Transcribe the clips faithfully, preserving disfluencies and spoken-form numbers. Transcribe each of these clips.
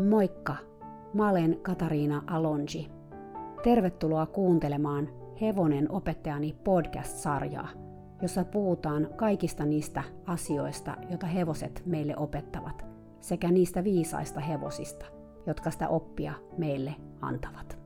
Moikka! Mä olen Katariina Alonji. Tervetuloa kuuntelemaan Hevonen opettajani podcast-sarjaa, jossa puhutaan kaikista niistä asioista, joita hevoset meille opettavat, sekä niistä viisaista hevosista, jotka sitä oppia meille antavat.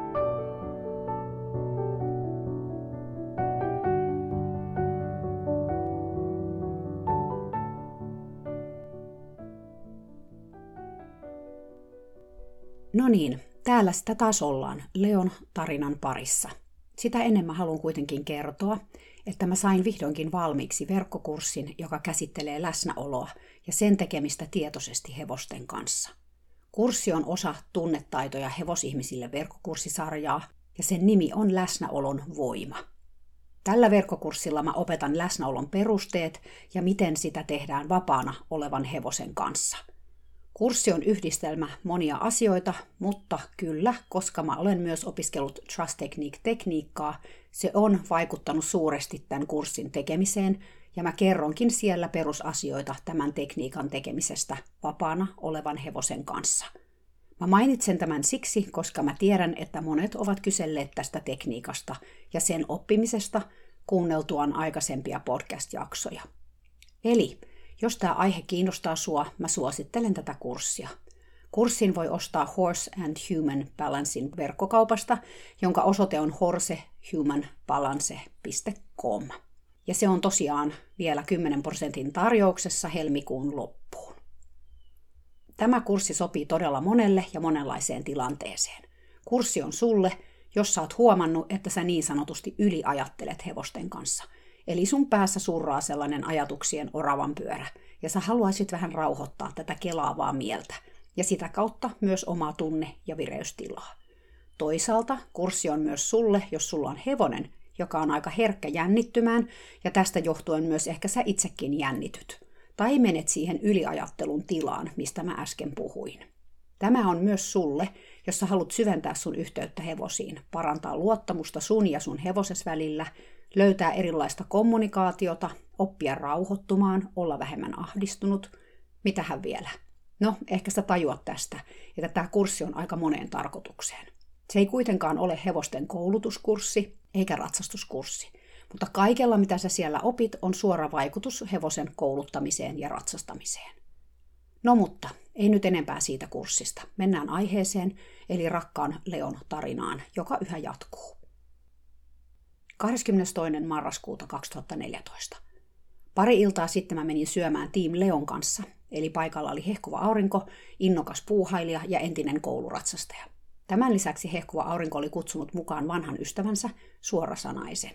No niin, täällä sitä taas ollaan Leon tarinan parissa. Sitä ennen mä haluan kuitenkin kertoa, että mä sain vihdoinkin valmiiksi verkkokurssin, joka käsittelee läsnäoloa ja sen tekemistä tietoisesti hevosten kanssa. Kurssi on osa tunnetaitoja hevosihmisille verkkokurssisarjaa ja sen nimi on Läsnäolon voima. Tällä verkkokurssilla mä opetan läsnäolon perusteet ja miten sitä tehdään vapaana olevan hevosen kanssa. Kurssi on yhdistelmä monia asioita, mutta kyllä, koska mä olen myös opiskellut Trust Technique-tekniikkaa, se on vaikuttanut suuresti tämän kurssin tekemiseen, ja mä kerronkin siellä perusasioita tämän tekniikan tekemisestä vapaana olevan hevosen kanssa. Mä mainitsen tämän siksi, koska mä tiedän, että monet ovat kyselleet tästä tekniikasta ja sen oppimisesta kuunneltuaan aikaisempia podcast-jaksoja. Eli jos tämä aihe kiinnostaa sua, mä suosittelen tätä kurssia. Kurssin voi ostaa Horse and Human Balancein verkkokaupasta, jonka osoite on horse human balance piste com. Ja se on tosiaan vielä kymmenen prosentin tarjouksessa helmikuun loppuun. Tämä kurssi sopii todella monelle ja monenlaiseen tilanteeseen. Kurssi on sulle, jos sä oot huomannut, että sä niin sanotusti yliajattelet hevosten kanssa. Eli sun päässä surraa sellainen ajatuksien oravan pyörä, ja sä haluaisit vähän rauhoittaa tätä kelaavaa mieltä, ja sitä kautta myös omaa tunne- ja vireystilaa. Toisaalta kurssi on myös sulle, jos sulla on hevonen, joka on aika herkkä jännittymään, ja tästä johtuen myös ehkä sä itsekin jännityt. Tai menet siihen yliajattelun tilaan, mistä mä äsken puhuin. Tämä on myös sulle, jos sä haluat syventää sun yhteyttä hevosiin, parantaa luottamusta sun ja sun hevoses välillä, löytää erilaista kommunikaatiota, oppia rauhoittumaan, olla vähemmän ahdistunut. Mitähän vielä? No, ehkä sä tajuat tästä, että tämä kurssi on aika moneen tarkoitukseen. Se ei kuitenkaan ole hevosten koulutuskurssi eikä ratsastuskurssi, mutta kaikella mitä sä siellä opit on suora vaikutus hevosen kouluttamiseen ja ratsastamiseen. No mutta, ei nyt enempää siitä kurssista. Mennään aiheeseen, eli rakkaan Leon tarinaan, joka yhä jatkuu. kahdeskymmenestoinen marraskuuta kaksituhattaneljätoista. Pari iltaa sitten mä menin syömään Team Leon kanssa, eli paikalla oli hehkuva aurinko, innokas puuhailija ja entinen kouluratsastaja. Tämän lisäksi hehkuva aurinko oli kutsunut mukaan vanhan ystävänsä, Suorasanaisen.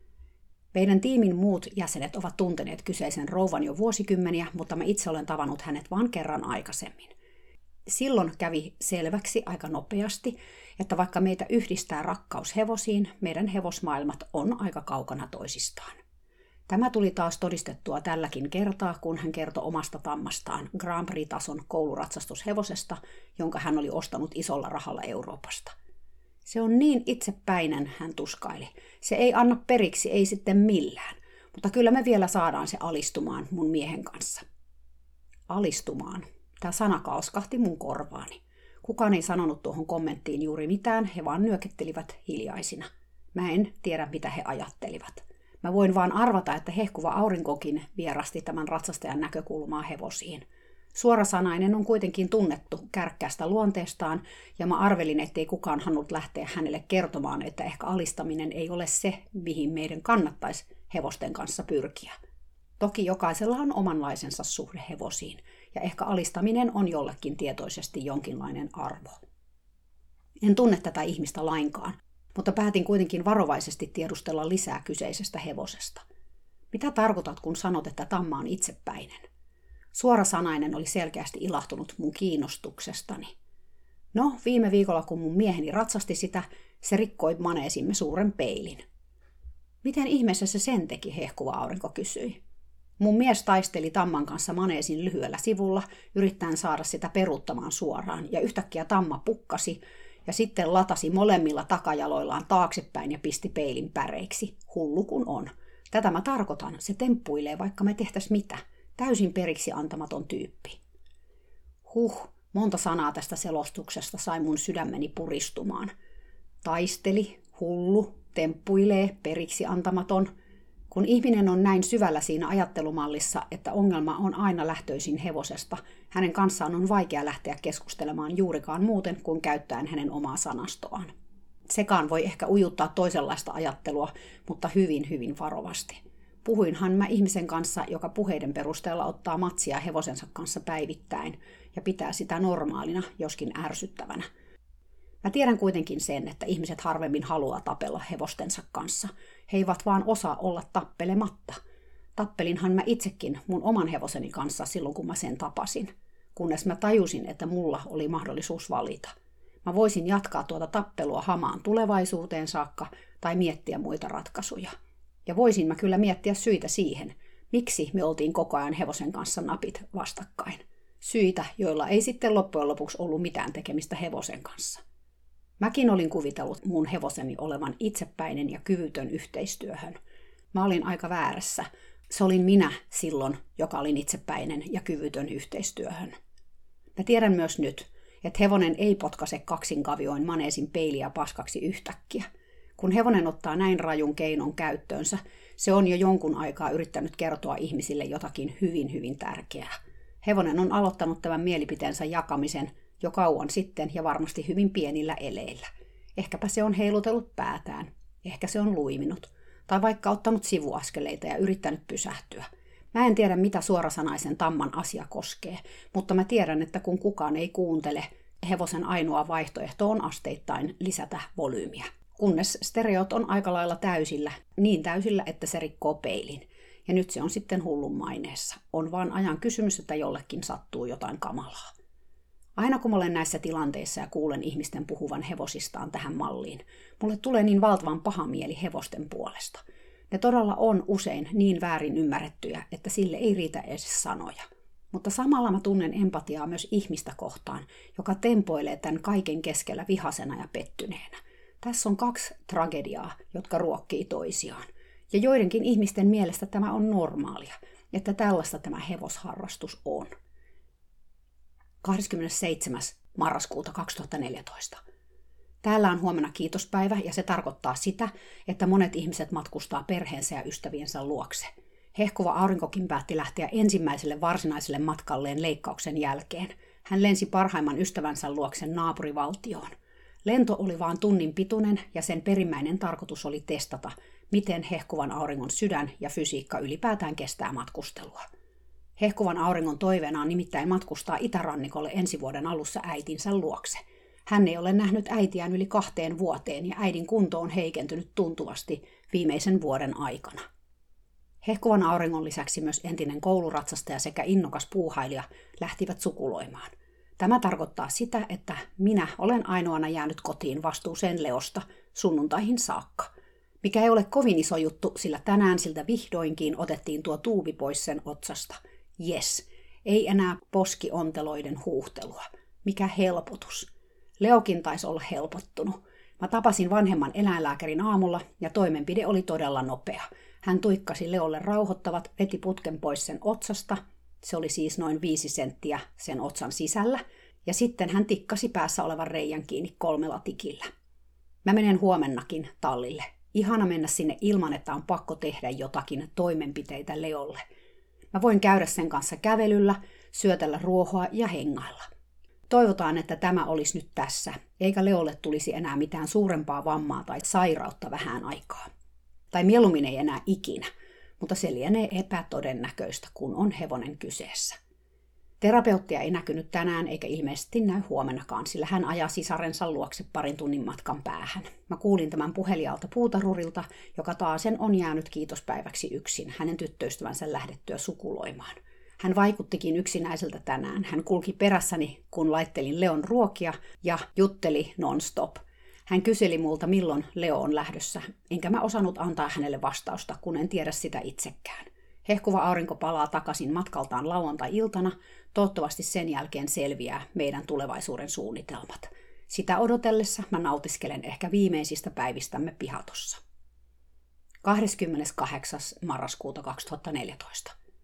Meidän tiimin muut jäsenet ovat tunteneet kyseisen rouvan jo vuosikymmeniä, mutta mä itse olen tavannut hänet vain kerran aikaisemmin. Silloin kävi selväksi aika nopeasti, että vaikka meitä yhdistää rakkaus hevosiin, meidän hevosmaailmat on aika kaukana toisistaan. Tämä tuli taas todistettua tälläkin kertaa, kun hän kertoi omasta tammastaan Grand Prix-tason kouluratsastushevosesta, jonka hän oli ostanut isolla rahalla Euroopasta. Se on niin itsepäinen, hän tuskaili. Se ei anna periksi, ei sitten millään. Mutta kyllä me vielä saadaan se alistumaan mun miehen kanssa. Alistumaan. Tämä sana kalskahti mun korvaani. Kukaan ei sanonut tuohon kommenttiin juuri mitään, he vaan nyökettelivät hiljaisina. Mä en tiedä, mitä he ajattelivat. Mä voin vaan arvata, että hehkuva aurinkokin vierasti tämän ratsastajan näkökulmaa hevosiin. Suorasanainen on kuitenkin tunnettu kärkkäästä luonteestaan, ja mä arvelin, ettei kukaan halunnut lähteä hänelle kertomaan, että ehkä alistaminen ei ole se, mihin meidän kannattaisi hevosten kanssa pyrkiä. Toki jokaisella on omanlaisensa suhde hevosiin, ja ehkä alistaminen on jollekin tietoisesti jonkinlainen arvo. En tunne tätä ihmistä lainkaan, mutta päätin kuitenkin varovaisesti tiedustella lisää kyseisestä hevosesta. Mitä tarkoitat, kun sanot, että tamma on itsepäinen? Suorasanainen oli selkeästi ilahtunut mun kiinnostuksestani. No, viime viikolla kun mun mieheni ratsasti sitä, se rikkoi maneesimme suuren peilin. Miten ihmeessä se sen teki, hehkuva aurinko kysyi. Mun mies taisteli tamman kanssa maneesin lyhyellä sivulla, yrittäen saada sitä peruuttamaan suoraan, ja yhtäkkiä tamma pukkasi, ja sitten latasi molemmilla takajaloillaan taaksepäin ja pisti peilin päreiksi. Hullu kun on. Tätä mä tarkoitan, se temppuilee vaikka me tehtäis mitä. Täysin periksi antamaton tyyppi. Huh, Monta sanaa tästä selostuksesta sai mun sydämeni puristumaan. Taisteli, hullu, temppuilee, periksi antamaton. Kun ihminen on näin syvällä siinä ajattelumallissa, että ongelma on aina lähtöisin hevosesta, hänen kanssaan on vaikea lähteä keskustelemaan juurikaan muuten kuin käyttäen hänen omaa sanastoaan. Sekaan voi ehkä ujuttaa toisenlaista ajattelua, mutta hyvin, hyvin varovasti. Puhuinhan mä ihmisen kanssa, joka puheiden perusteella ottaa matsia hevosensa kanssa päivittäin ja pitää sitä normaalina, joskin ärsyttävänä. Mä tiedän kuitenkin sen, että ihmiset harvemmin haluaa tapella hevostensa kanssa. He eivät vaan osaa olla tappelematta. Tappelinhan mä itsekin mun oman hevoseni kanssa silloin, kun mä sen tapasin. Kunnes mä tajusin, että mulla oli mahdollisuus valita. Mä voisin jatkaa tuota tappelua hamaan tulevaisuuteen saakka tai miettiä muita ratkaisuja. Ja voisin mä kyllä miettiä syitä siihen, miksi me oltiin koko ajan hevosen kanssa napit vastakkain. Syitä, joilla ei sitten loppujen lopuksi ollut mitään tekemistä hevosen kanssa. Mäkin olin kuvitellut mun hevoseni olevan itsepäinen ja kyvytön yhteistyöhön. Mä olin aika väärässä. Se olin minä silloin, joka olin itsepäinen ja kyvytön yhteistyöhön. Mä tiedän myös nyt, että hevonen ei potkaise kaksinkavioin maneesin peiliä paskaksi yhtäkkiä. Kun hevonen ottaa näin rajun keinon käyttöönsä, se on jo jonkun aikaa yrittänyt kertoa ihmisille jotakin hyvin, hyvin tärkeää. Hevonen on aloittanut tämän mielipiteensä jakamisen jo kauan sitten ja varmasti hyvin pienillä eleillä. Ehkäpä se on heilutellut päätään, ehkä se on luiminut, tai vaikka ottanut sivuaskeleita ja yrittänyt pysähtyä. Mä en tiedä, mitä suorasanaisen tamman asia koskee, mutta mä tiedän, että kun kukaan ei kuuntele, hevosen ainoa vaihtoehto on asteittain lisätä volyymiä. Kunnes stereot on aika lailla täysillä, niin täysillä, että se rikkoo peilin. Ja nyt se on sitten hullun maineessa. On vaan ajan kysymys, että jollekin sattuu jotain kamalaa. Aina kun mä olen näissä tilanteissa ja kuulen ihmisten puhuvan hevosistaan tähän malliin, mulle tulee niin valtavan paha mieli hevosten puolesta. Ne todella on usein niin väärin ymmärrettyjä, että sille ei riitä edes sanoja. Mutta samalla mä tunnen empatiaa myös ihmistä kohtaan, joka tempoilee tämän kaiken keskellä vihasena ja pettyneenä. Tässä on kaksi tragediaa, jotka ruokkii toisiaan. Ja joidenkin ihmisten mielestä tämä on normaalia, että tällaista tämä hevosharrastus on. kahdeskymmenesseitsemäs marraskuuta kaksituhattaneljätoista. Täällä on huomenna kiitospäivä ja se tarkoittaa sitä, että monet ihmiset matkustaa perheensä ja ystäviensä luokse. Hehkuva aurinkokin päätti lähteä ensimmäiselle varsinaiselle matkalleen leikkauksen jälkeen. Hän lensi parhaimman ystävänsä luokse naapurivaltioon. Lento oli vain tunnin pituinen ja sen perimmäinen tarkoitus oli testata, miten hehkuvan auringon sydän ja fysiikka ylipäätään kestää matkustelua. Hehkuvan auringon toiveena on nimittäin matkustaa itärannikolle ensi vuoden alussa äitinsä luokse. Hän ei ole nähnyt äitiään yli kahteen vuoteen ja äidin kunto on heikentynyt tuntuvasti viimeisen vuoden aikana. Hehkuvan auringon lisäksi myös entinen kouluratsastaja sekä innokas puuhailija lähtivät sukuloimaan. Tämä tarkoittaa sitä, että minä olen ainoana jäänyt kotiin vastuuseen Leosta sunnuntaihin saakka. Mikä ei ole kovin iso juttu, sillä tänään siltä vihdoinkin otettiin tuo tuubi pois sen otsasta. Jes, ei enää poskionteloiden huuhtelua. Mikä helpotus. Leokin taisi olla helpottunut. Mä tapasin vanhemman eläinlääkärin aamulla ja toimenpide oli todella nopea. Hän tuikkasi Leolle rauhoittavat, veti putken pois sen otsasta. Se oli siis noin viisi senttiä sen otsan sisällä. Ja sitten hän tikkasi päässä olevan reijän kiinni kolmella tikillä. Mä menen huomennakin tallille. Ihana mennä sinne ilman, että on pakko tehdä jotakin toimenpiteitä Leolle. Mä voin käydä sen kanssa kävelyllä, syötellä ruohoa ja hengailla. Toivotaan, että tämä olisi nyt tässä, eikä Leolle tulisi enää mitään suurempaa vammaa tai sairautta vähän aikaa. Tai mieluummin ei enää ikinä, mutta se lienee epätodennäköistä, kun on hevonen kyseessä. Terapeuttia ei näkynyt tänään eikä ilmeisesti näy huomennakaan, sillä hän ajaa sisarensa luokse parin tunnin matkan päähän. Mä kuulin tämän puhelijalta puutarurilta, joka taasen on jäänyt kiitospäiväksi yksin hänen tyttöystävänsä lähdettyä sukuloimaan. Hän vaikuttikin yksinäiseltä tänään. Hän kulki perässäni, kun laittelin Leon ruokia ja jutteli non-stop. Hän kyseli multa, milloin Leo on lähdössä, enkä mä osannut antaa hänelle vastausta, kun en tiedä sitä itsekään. Hehkuva aurinko palaa takaisin matkaltaan lauantai-iltana, toivottavasti sen jälkeen selviää meidän tulevaisuuden suunnitelmat. Sitä odotellessa mä nautiskelen ehkä viimeisistä päivistämme pihatossa. kahdeskymmeneskahdeksas marraskuuta kaksituhattaneljätoista.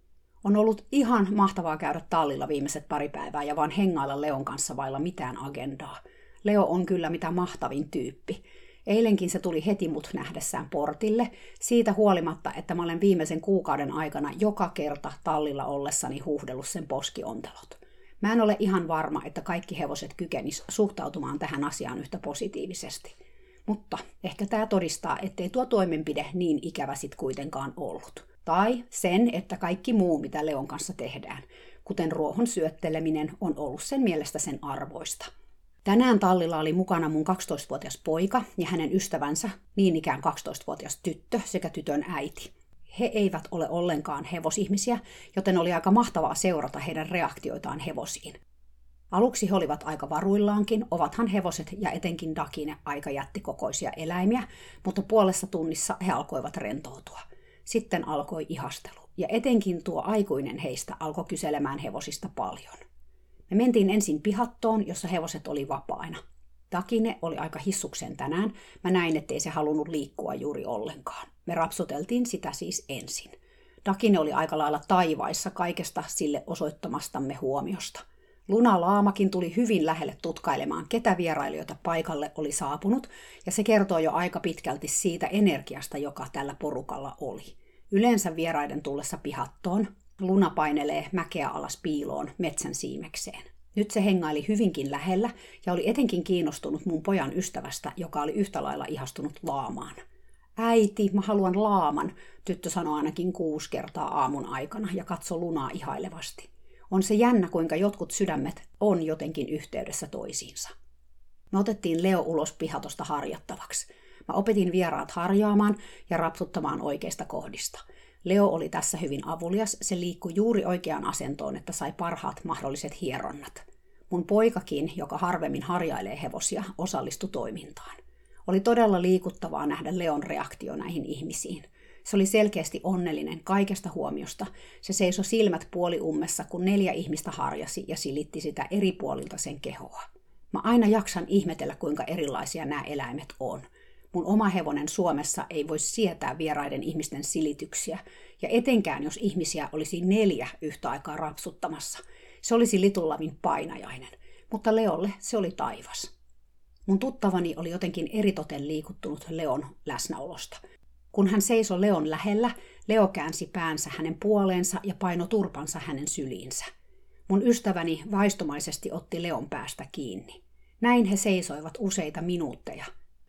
On ollut ihan mahtavaa käydä tallilla viimeiset pari päivää ja vaan hengailla Leon kanssa vailla mitään agendaa. Leo on kyllä mitä mahtavin tyyppi. Eilenkin se tuli heti mut nähdessään portille, siitä huolimatta, että mä olen viimeisen kuukauden aikana joka kerta tallilla ollessani huuhdellut sen poskiontelot. Mä en ole ihan varma, että kaikki hevoset kykenis suhtautumaan tähän asiaan yhtä positiivisesti. Mutta ehkä tämä todistaa, ettei tuo toimenpide niin ikävä sit kuitenkaan ollut. Tai sen, että kaikki muu, mitä Leon kanssa tehdään, kuten ruohon syötteleminen, on ollut sen mielestä sen arvoista. Tänään tallilla oli mukana mun kaksitoistavuotias poika ja hänen ystävänsä, niin ikään kaksitoistavuotias tyttö sekä tytön äiti. He eivät ole ollenkaan hevosihmisiä, joten oli aika mahtavaa seurata heidän reaktioitaan hevosiin. Aluksi he olivat aika varuillaankin, ovathan hevoset ja etenkin Dakine aika jättikokoisia eläimiä, mutta puolessa tunnissa he alkoivat rentoutua. Sitten alkoi ihastelu, ja etenkin tuo aikuinen heistä alkoi kyselemään hevosista paljon. Me mentiin ensin pihattoon, jossa hevoset oli vapaina. Dakine oli aika hissukseen tänään, mä näin, ettei se halunnut liikkua juuri ollenkaan. Me rapsuteltiin sitä siis ensin. Dakine oli aika lailla taivaissa kaikesta sille osoittamastamme huomiosta. Luna Laamakin tuli hyvin lähelle tutkailemaan, ketä vierailijoita paikalle oli saapunut, ja se kertoo jo aika pitkälti siitä energiasta, joka tällä porukalla oli. Yleensä vieraiden tullessa pihattoon Luna painelee mäkeä alas piiloon metsän siimekseen. Nyt se hengaili hyvinkin lähellä ja oli etenkin kiinnostunut mun pojan ystävästä, joka oli yhtä lailla ihastunut laamaan. Äiti, mä haluan laaman, tyttö sanoi ainakin kuusi kertaa aamun aikana ja katsoi Lunaa ihailevasti. On se jännä, kuinka jotkut sydämet on jotenkin yhteydessä toisiinsa. Me otettiin Leo ulos pihatosta harjattavaksi. Mä opetin vieraat harjaamaan ja rapsuttamaan oikeista kohdista. Leo oli tässä hyvin avulias, se liikkui juuri oikeaan asentoon, että sai parhaat mahdolliset hieronnat. Mun poikakin, joka harvemmin harjailee hevosia, osallistui toimintaan. Oli todella liikuttavaa nähdä Leon reaktio näihin ihmisiin. Se oli selkeästi onnellinen kaikesta huomiosta. Se seisoi silmät puoliummessa, kun neljä ihmistä harjasi ja silitti sitä eri puolilta sen kehoa. Mä aina jaksan ihmetellä, kuinka erilaisia nämä eläimet on. Mun oma hevonen Suomessa ei voi sietää vieraiden ihmisten silityksiä, ja etenkään jos ihmisiä olisi neljä yhtä aikaa rapsuttamassa. Se olisi litullavin painajainen, mutta Leolle se oli taivas. Mun tuttavani oli jotenkin eritoten liikuttunut Leon läsnäolosta. Kun hän seisoi Leon lähellä, Leo käänsi päänsä hänen puoleensa ja painoi turpansa hänen syliinsä. Mun ystäväni vaistomaisesti otti Leon päästä kiinni. Näin he seisoivat useita minuutteja.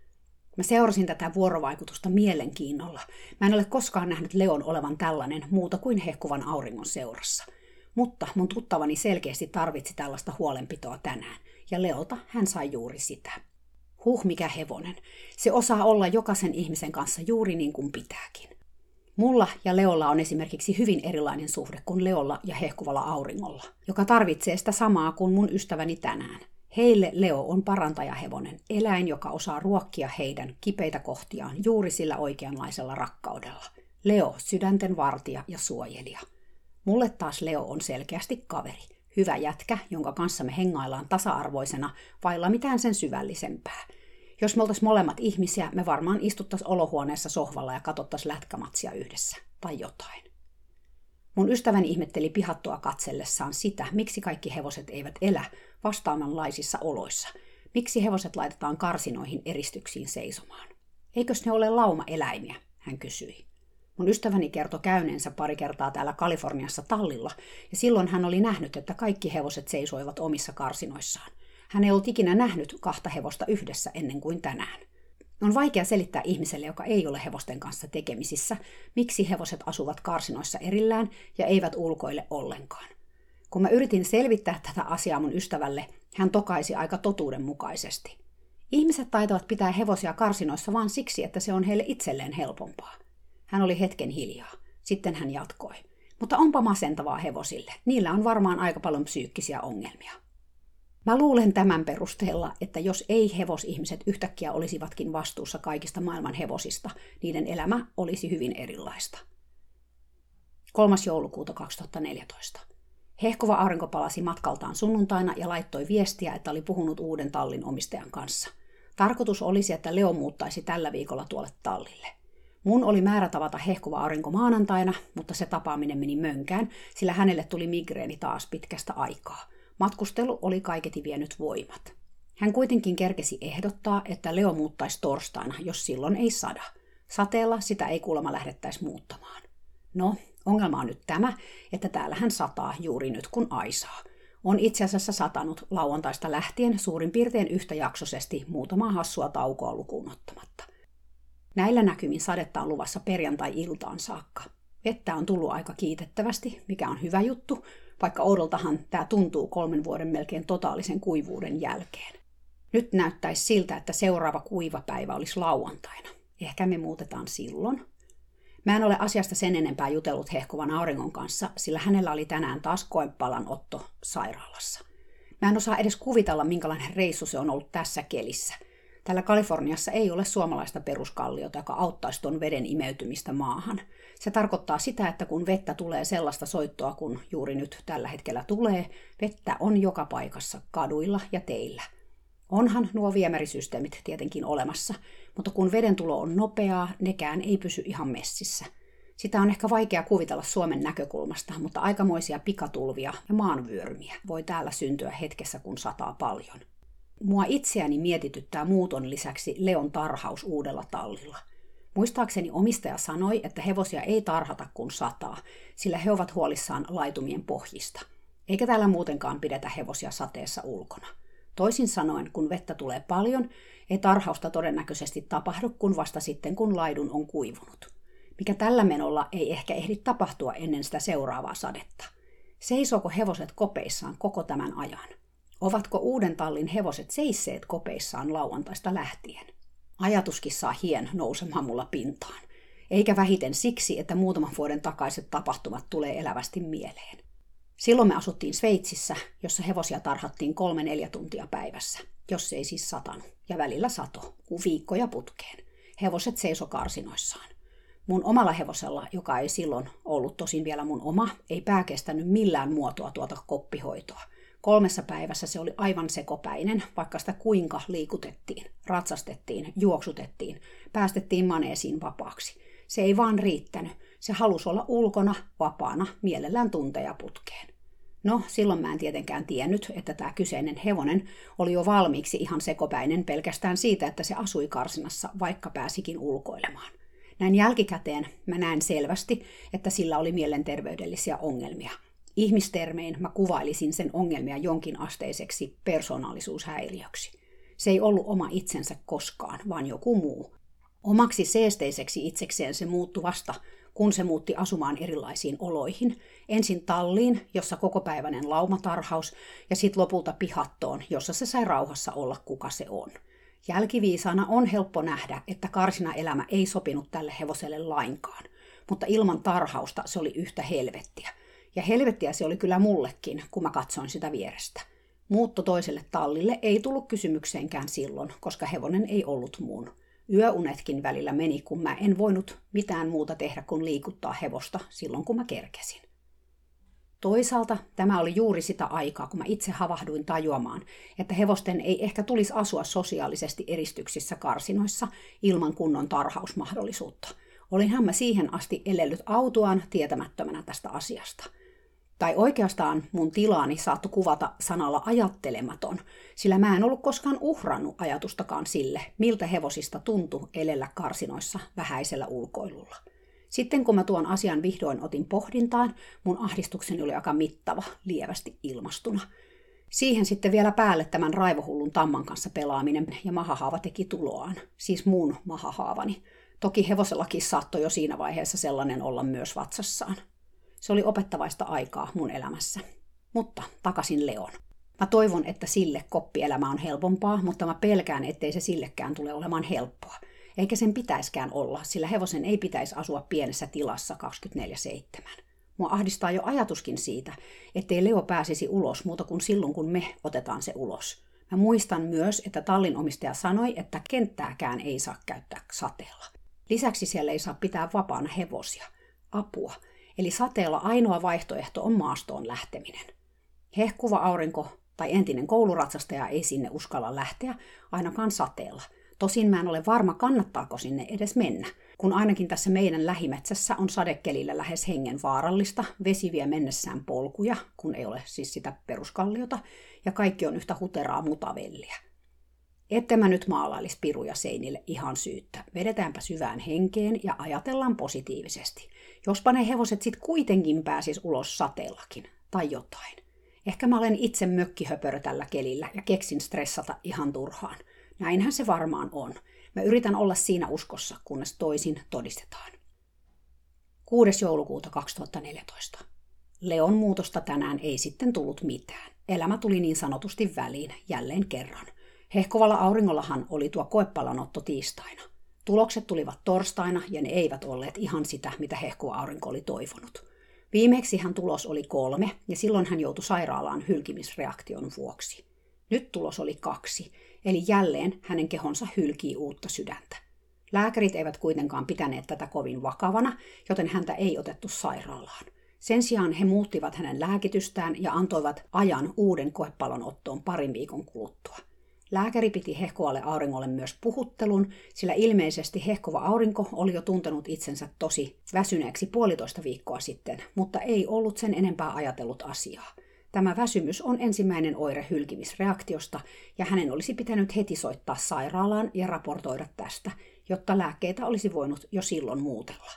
Mä seurasin tätä vuorovaikutusta mielenkiinnolla. Mä en ole koskaan nähnyt Leon olevan tällainen muuta kuin hehkuvan auringon seurassa. Mutta mun tuttavani selkeästi tarvitsi tällaista huolenpitoa tänään, ja Leolta hän sai juuri sitä. Huh, mikä hevonen. Se osaa olla jokaisen ihmisen kanssa juuri niin kuin pitääkin. Mulla ja Leolla on esimerkiksi hyvin erilainen suhde kuin Leolla ja hehkuvalla auringolla, joka tarvitsee sitä samaa kuin mun ystäväni tänään. Heille Leo on parantajahevonen, eläin, joka osaa ruokkia heidän kipeitä kohtiaan juuri sillä oikeanlaisella rakkaudella. Leo, sydänten vartija ja suojelija. Mulle taas Leo on selkeästi kaveri. Hyvä jätkä, jonka kanssa me hengaillaan tasa-arvoisena, vailla mitään sen syvällisempää. Jos me oltais molemmat ihmisiä, me varmaan istuttais olohuoneessa sohvalla ja katsottais lätkämatsia yhdessä. Tai jotain. Mun ystäväni ihmetteli pihattoa katsellessaan sitä, miksi kaikki hevoset eivät elä vastaavanlaisissa oloissa. Miksi hevoset laitetaan karsinoihin eristyksiin seisomaan. Eikös ne ole lauma-eläimiä, hän kysyi. Mun ystäväni kertoi käyneensä pari kertaa täällä Kaliforniassa tallilla, ja silloin hän oli nähnyt, että kaikki hevoset seisoivat omissa karsinoissaan. Hän ei ollut ikinä nähnyt kahta hevosta yhdessä ennen kuin tänään. On vaikea selittää ihmiselle, joka ei ole hevosten kanssa tekemisissä, miksi hevoset asuvat karsinoissa erillään ja eivät ulkoile ollenkaan. Kun mä yritin selvittää tätä asiaa mun ystävälle, hän tokaisi aika totuudenmukaisesti. Ihmiset taitavat pitää hevosia karsinoissa vain siksi, että se on heille itselleen helpompaa. Hän oli hetken hiljaa. Sitten hän jatkoi. Mutta onpa masentavaa hevosille. Niillä on varmaan aika paljon psyykkisiä ongelmia. Mä luulen tämän perusteella, että jos ei hevosihmiset yhtäkkiä olisivatkin vastuussa kaikista maailman hevosista, niiden elämä olisi hyvin erilaista. kolmas joulukuuta kaksituhattaneljätoista. Hehkuva aurinko palasi matkaltaan sunnuntaina ja laittoi viestiä, että oli puhunut uuden tallin omistajan kanssa. Tarkoitus olisi, että Leo muuttaisi tällä viikolla tuolle tallille. Mun oli määrä tavata hehkuva aurinko maanantaina, mutta se tapaaminen meni mönkään, sillä hänelle tuli migreeni taas pitkästä aikaa. Matkustelu oli kaiketi vienyt voimat. Hän kuitenkin kerkesi ehdottaa, että Leo muuttaisi torstaina, jos silloin ei sada. Sateella sitä ei kuulemma lähdettäisi muuttamaan. No, ongelma on nyt tämä, että täällähän sataa juuri nyt kun aisaa. On itse asiassa satanut lauantaista lähtien suurin piirtein yhtäjaksoisesti muutamaa hassua taukoa lukuun ottamatta. Näillä näkymin sadetta on luvassa perjantai-iltaan saakka. Vettä on tullut aika kiitettävästi, mikä on hyvä juttu, vaikka oudoltahan tämä tuntuu kolmen vuoden melkein totaalisen kuivuuden jälkeen. Nyt näyttäisi siltä, että seuraava kuiva päivä olisi lauantaina. Ehkä me muutetaan silloin. Mä en ole asiasta sen enempää jutellut hehkuvan auringon kanssa, sillä hänellä oli tänään taas koepalan otto sairaalassa. Mä en osaa edes kuvitella, minkälainen reissu se on ollut tässä kelissä. Täällä Kaliforniassa ei ole suomalaista peruskalliota, joka auttaisi tuon veden imeytymistä maahan. Se tarkoittaa sitä, että kun vettä tulee sellaista soittoa, kun juuri nyt tällä hetkellä tulee, vettä on joka paikassa, kaduilla ja teillä. Onhan nuo viemärisysteemit tietenkin olemassa, mutta kun veden tulo on nopeaa, nekään ei pysy ihan messissä. Sitä on ehkä vaikea kuvitella Suomen näkökulmasta, mutta aikamoisia pikatulvia ja maanvyörymiä voi täällä syntyä hetkessä, kun sataa paljon. Mua itseäni mietityttää muuton lisäksi Leon tarhaus uudella tallilla. Muistaakseni omistaja sanoi, että hevosia ei tarhata kun sataa, sillä he ovat huolissaan laitumien pohjista. Eikä täällä muutenkaan pidetä hevosia sateessa ulkona. Toisin sanoen, kun vettä tulee paljon, ei tarhausta todennäköisesti tapahdu kun vasta sitten, kun laidun on kuivunut. Mikä tällä menolla ei ehkä ehdi tapahtua ennen sitä seuraavaa sadetta. Seisooko hevoset kopeissaan koko tämän ajan? Ovatko uuden tallin hevoset seisseet kopeissaan lauantaista lähtien? Ajatuskin saa hien nousemaan mulla pintaan. Eikä vähiten siksi, että muutaman vuoden takaiset tapahtumat tulee elävästi mieleen. Silloin me asuttiin Sveitsissä, jossa hevosia tarhattiin kolme neljä tuntia päivässä, jos ei siis satanut, ja välillä sato, kun viikkoja putkeen. Hevoset seiso karsinoissaan. Mun omalla hevosella, joka ei silloin ollut tosin vielä mun oma, ei pää kestänyt millään muotoa tuota koppihoitoa. Kolmessa päivässä se oli aivan sekopäinen, vaikka sitä kuinka liikutettiin, ratsastettiin, juoksutettiin, päästettiin maneesiin vapaaksi. Se ei vaan riittänyt. Se halusi olla ulkona, vapaana, mielellään tunteja putkeen. No, silloin mä en tietenkään tiennyt, että tämä kyseinen hevonen oli jo valmiiksi ihan sekopäinen pelkästään siitä, että se asui karsinassa, vaikka pääsikin ulkoilemaan. Näin jälkikäteen mä näen selvästi, että sillä oli mielenterveydellisiä ongelmia. Ihmistermein mä kuvailisin sen ongelmia jonkinasteiseksi persoonallisuushäiriöksi. Se ei ollut oma itsensä koskaan, vaan joku muu. Omaksi seesteiseksi itsekseen se muuttui vasta, kun se muutti asumaan erilaisiin oloihin. Ensin talliin, jossa kokopäiväinen laumatarhaus, ja sitten lopulta pihattoon, jossa se sai rauhassa olla kuka se on. Jälkiviisaana on helppo nähdä, että karsinaelämä ei sopinut tälle hevoselle lainkaan, mutta ilman tarhausta se oli yhtä helvettiä. Ja helvettiä se oli kyllä mullekin, kun mä katsoin sitä vierestä. Muutto toiselle tallille ei tullut kysymykseenkään silloin, koska hevonen ei ollut mun. Yöunetkin välillä meni, kun mä en voinut mitään muuta tehdä kuin liikuttaa hevosta silloin, kun mä kerkesin. Toisaalta tämä oli juuri sitä aikaa, kun mä itse havahduin tajuamaan, että hevosten ei ehkä tulisi asua sosiaalisesti eristyksissä karsinoissa ilman kunnon tarhausmahdollisuutta. Olinhan mä siihen asti elellyt autuaan tietämättömänä tästä asiasta. Tai oikeastaan mun tilaani saattoi kuvata sanalla ajattelematon, sillä mä en ollut koskaan uhrannut ajatustakaan sille, miltä hevosista tuntui elellä karsinoissa vähäisellä ulkoilulla. Sitten kun mä tuon asian vihdoin otin pohdintaan, mun ahdistukseni oli aika mittava, lievästi ilmastuna. Siihen sitten vielä päälle tämän raivohullun tamman kanssa pelaaminen ja mahahaava teki tuloaan, siis mun mahahaavani. Toki hevosellakin saattoi jo siinä vaiheessa sellainen olla myös vatsassaan. Se oli opettavaista aikaa mun elämässä. Mutta takaisin Leon. Mä toivon, että sille koppielämä on helpompaa, mutta mä pelkään, ettei se sillekään tule olemaan helppoa. Eikä sen pitäiskään olla, sillä hevosen ei pitäisi asua pienessä tilassa kaksikymmentäneljä seitsemän. Mua ahdistaa jo ajatuskin siitä, ettei Leo pääsisi ulos muuta kuin silloin, kun me otetaan se ulos. Mä muistan myös, että tallin omistaja sanoi, että kenttääkään ei saa käyttää sateella. Lisäksi siellä ei saa pitää vapaana hevosia. Apua. Eli sateella ainoa vaihtoehto on maastoon lähteminen. Hehkuva aurinko tai entinen kouluratsastaja ei sinne uskalla lähteä, ainakaan sateella. Tosin mä en ole varma, kannattaako sinne edes mennä. kun ainakin tässä meidän lähimetsässä on sadekelillä lähes hengen vaarallista, vesi vie mennessään polkuja, kun ei ole siis sitä peruskalliota, ja kaikki on yhtä huteraa mutavelliä. Ette mä nyt maalailis piruja seinille ihan syyttä. Vedetäänpä syvään henkeen ja ajatellaan positiivisesti. Jospa ne hevoset sit kuitenkin pääsis ulos sateellakin, tai jotain. Ehkä mä olen itse mökkihöpörö tällä kelillä ja keksin stressata ihan turhaan. Näinhän se varmaan on. Mä yritän olla siinä uskossa, kunnes toisin todistetaan. kuudes joulukuuta kaksituhattaneljätoista. Leon muutosta tänään ei sitten tullut mitään. Elämä tuli niin sanotusti väliin jälleen kerran. Hehkovalla auringollahan oli tuo koepalanotto tiistaina. Tulokset tulivat torstaina ja ne eivät olleet ihan sitä, mitä hehkova aurinko oli toivonut. Viimeksi hän tulos oli kolme ja silloin hän joutui sairaalaan hylkimisreaktion vuoksi. Nyt tulos oli kaksi, eli jälleen hänen kehonsa hylkii uutta sydäntä. Lääkärit eivät kuitenkaan pitäneet tätä kovin vakavana, joten häntä ei otettu sairaalaan. Sen sijaan he muuttivat hänen lääkitystään ja antoivat ajan uuden koepalonottoon parin viikon kuluttua. Lääkäri piti hehkovalle auringolle myös puhuttelun, sillä ilmeisesti hehkova aurinko oli jo tuntenut itsensä tosi väsyneeksi puolitoista viikkoa sitten, mutta ei ollut sen enempää ajatellut asiaa. Tämä väsymys on ensimmäinen oire hylkimisreaktiosta, ja hänen olisi pitänyt heti soittaa sairaalaan ja raportoida tästä, jotta lääkkeitä olisi voinut jo silloin muutella.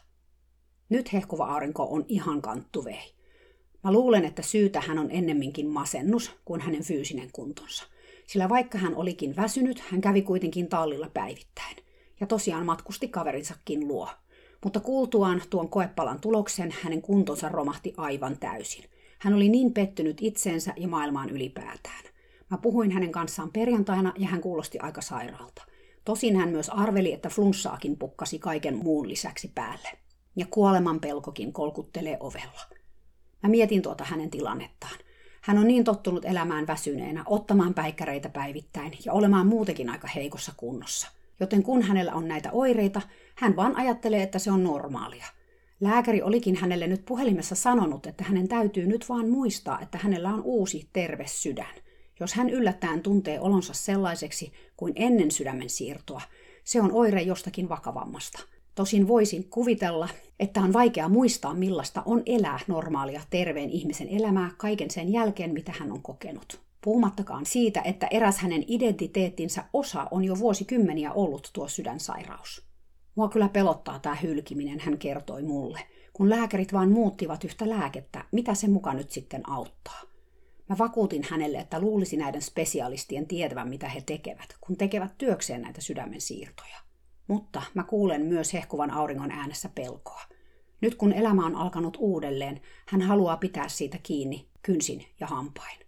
Nyt hehkova aurinko on ihan kanttuvei. Mä luulen, että syy tähän on ennemminkin masennus kuin hänen fyysinen kuntonsa. Sillä vaikka hän olikin väsynyt, hän kävi kuitenkin tallilla päivittäin. Ja tosiaan matkusti kaverinsakin luo. Mutta kuultuaan tuon koepalan tuloksen, hänen kuntonsa romahti aivan täysin. Hän oli niin pettynyt itseensä ja maailmaan ylipäätään. Mä puhuin hänen kanssaan perjantaina ja hän kuulosti aika sairaalta. Tosin hän myös arveli, että flunssaakin pukkasi kaiken muun lisäksi päälle. Ja kuoleman pelkokin kolkuttelee ovella. Mä mietin tuota hänen tilannettaan. Hän on niin tottunut elämään väsyneenä, ottamaan päikkäreitä päivittäin ja olemaan muutenkin aika heikossa kunnossa. Joten kun hänellä on näitä oireita, hän vaan ajattelee, että se on normaalia. Lääkäri olikin hänelle nyt puhelimessa sanonut, että hänen täytyy nyt vaan muistaa, että hänellä on uusi terve sydän. Jos hän yllättäen tuntee olonsa sellaiseksi kuin ennen sydämen siirtoa, se on oire jostakin vakavammasta. Tosin voisin kuvitella, että on vaikea muistaa, millaista on elää normaalia terveen ihmisen elämää kaiken sen jälkeen, mitä hän on kokenut. Puhumattakaan siitä, että eräs hänen identiteettinsä osa on jo vuosikymmeniä ollut tuo sydänsairaus. Mua kyllä pelottaa tämä hylkiminen, hän kertoi mulle. Kun lääkärit vaan muuttivat yhtä lääkettä, mitä se muka nyt sitten auttaa? Mä vakuutin hänelle, että luulisi näiden spesialistien tietävän, mitä he tekevät, kun tekevät työkseen näitä sydämen siirtoja. Mutta mä kuulen myös hehkuvan auringon äänessä pelkoa. Nyt kun elämä on alkanut uudelleen, hän haluaa pitää siitä kiinni kynsin ja hampain.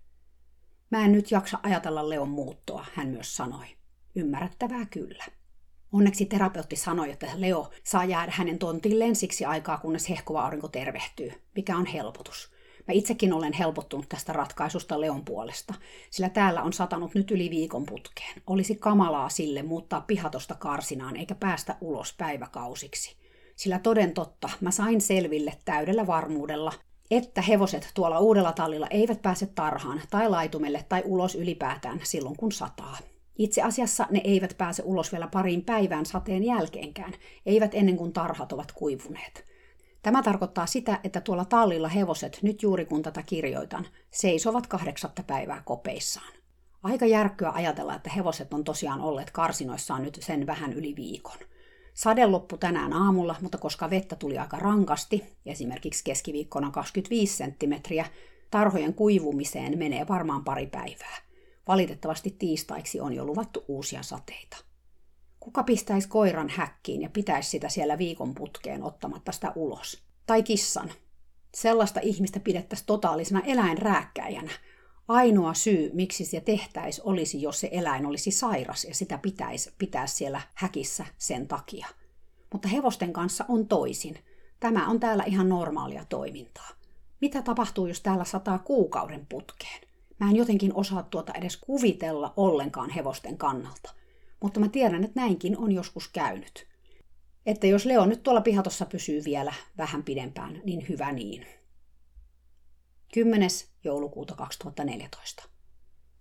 Mä en nyt jaksa ajatella Leon muuttoa, hän myös sanoi. Ymmärrettävää kyllä. Onneksi terapeutti sanoi, että Leo saa jäädä hänen tontilleen siksi aikaa, kunnes hehkuva aurinko tervehtyy, mikä on helpotus. Mä itsekin olen helpottunut tästä ratkaisusta Leon puolesta, sillä täällä on satanut nyt yli viikon putkeen. Olisi kamalaa sille muuttaa pihatosta karsinaan eikä päästä ulos päiväkausiksi. Sillä toden totta, mä sain selville täydellä varmuudella, että hevoset tuolla uudella tallilla eivät pääse tarhaan tai laitumelle tai ulos ylipäätään silloin kun sataa. Itse asiassa ne eivät pääse ulos vielä pariin päivään sateen jälkeenkään, eivät ennen kuin tarhat ovat kuivuneet. Tämä tarkoittaa sitä, että tuolla tallilla hevoset, nyt juuri kun tätä kirjoitan, seisovat kahdeksatta päivää kopeissaan. Aika järkkyä ajatella, että hevoset on tosiaan olleet karsinoissaan nyt sen vähän yli viikon. Sade loppui tänään aamulla, mutta koska vettä tuli aika rankasti, esimerkiksi keskiviikkona kaksikymmentäviisi senttimetriä, tarhojen kuivumiseen menee varmaan pari päivää. Valitettavasti tiistaiksi on jo luvattu uusia sateita. Kuka pistäisi koiran häkkiin ja pitäisi sitä siellä viikon putkeen ottamatta sitä ulos? Tai kissan. Sellaista ihmistä pidettäisiin totaalisena eläinrääkkäjänä. Ainoa syy, miksi se tehtäisi, olisi, jos se eläin olisi sairas ja sitä pitäisi pitää siellä häkissä sen takia. Mutta hevosten kanssa on toisin. Tämä on täällä ihan normaalia toimintaa. Mitä tapahtuu, jos täällä sataa kuukauden putkeen? Mä en jotenkin osaa tuota edes kuvitella ollenkaan hevosten kannalta. Mutta mä tiedän, että näinkin on joskus käynyt. Että jos Leo nyt tuolla pihatossa pysyy vielä vähän pidempään, niin hyvä niin. kymmenes joulukuuta kaksituhattaneljätoista.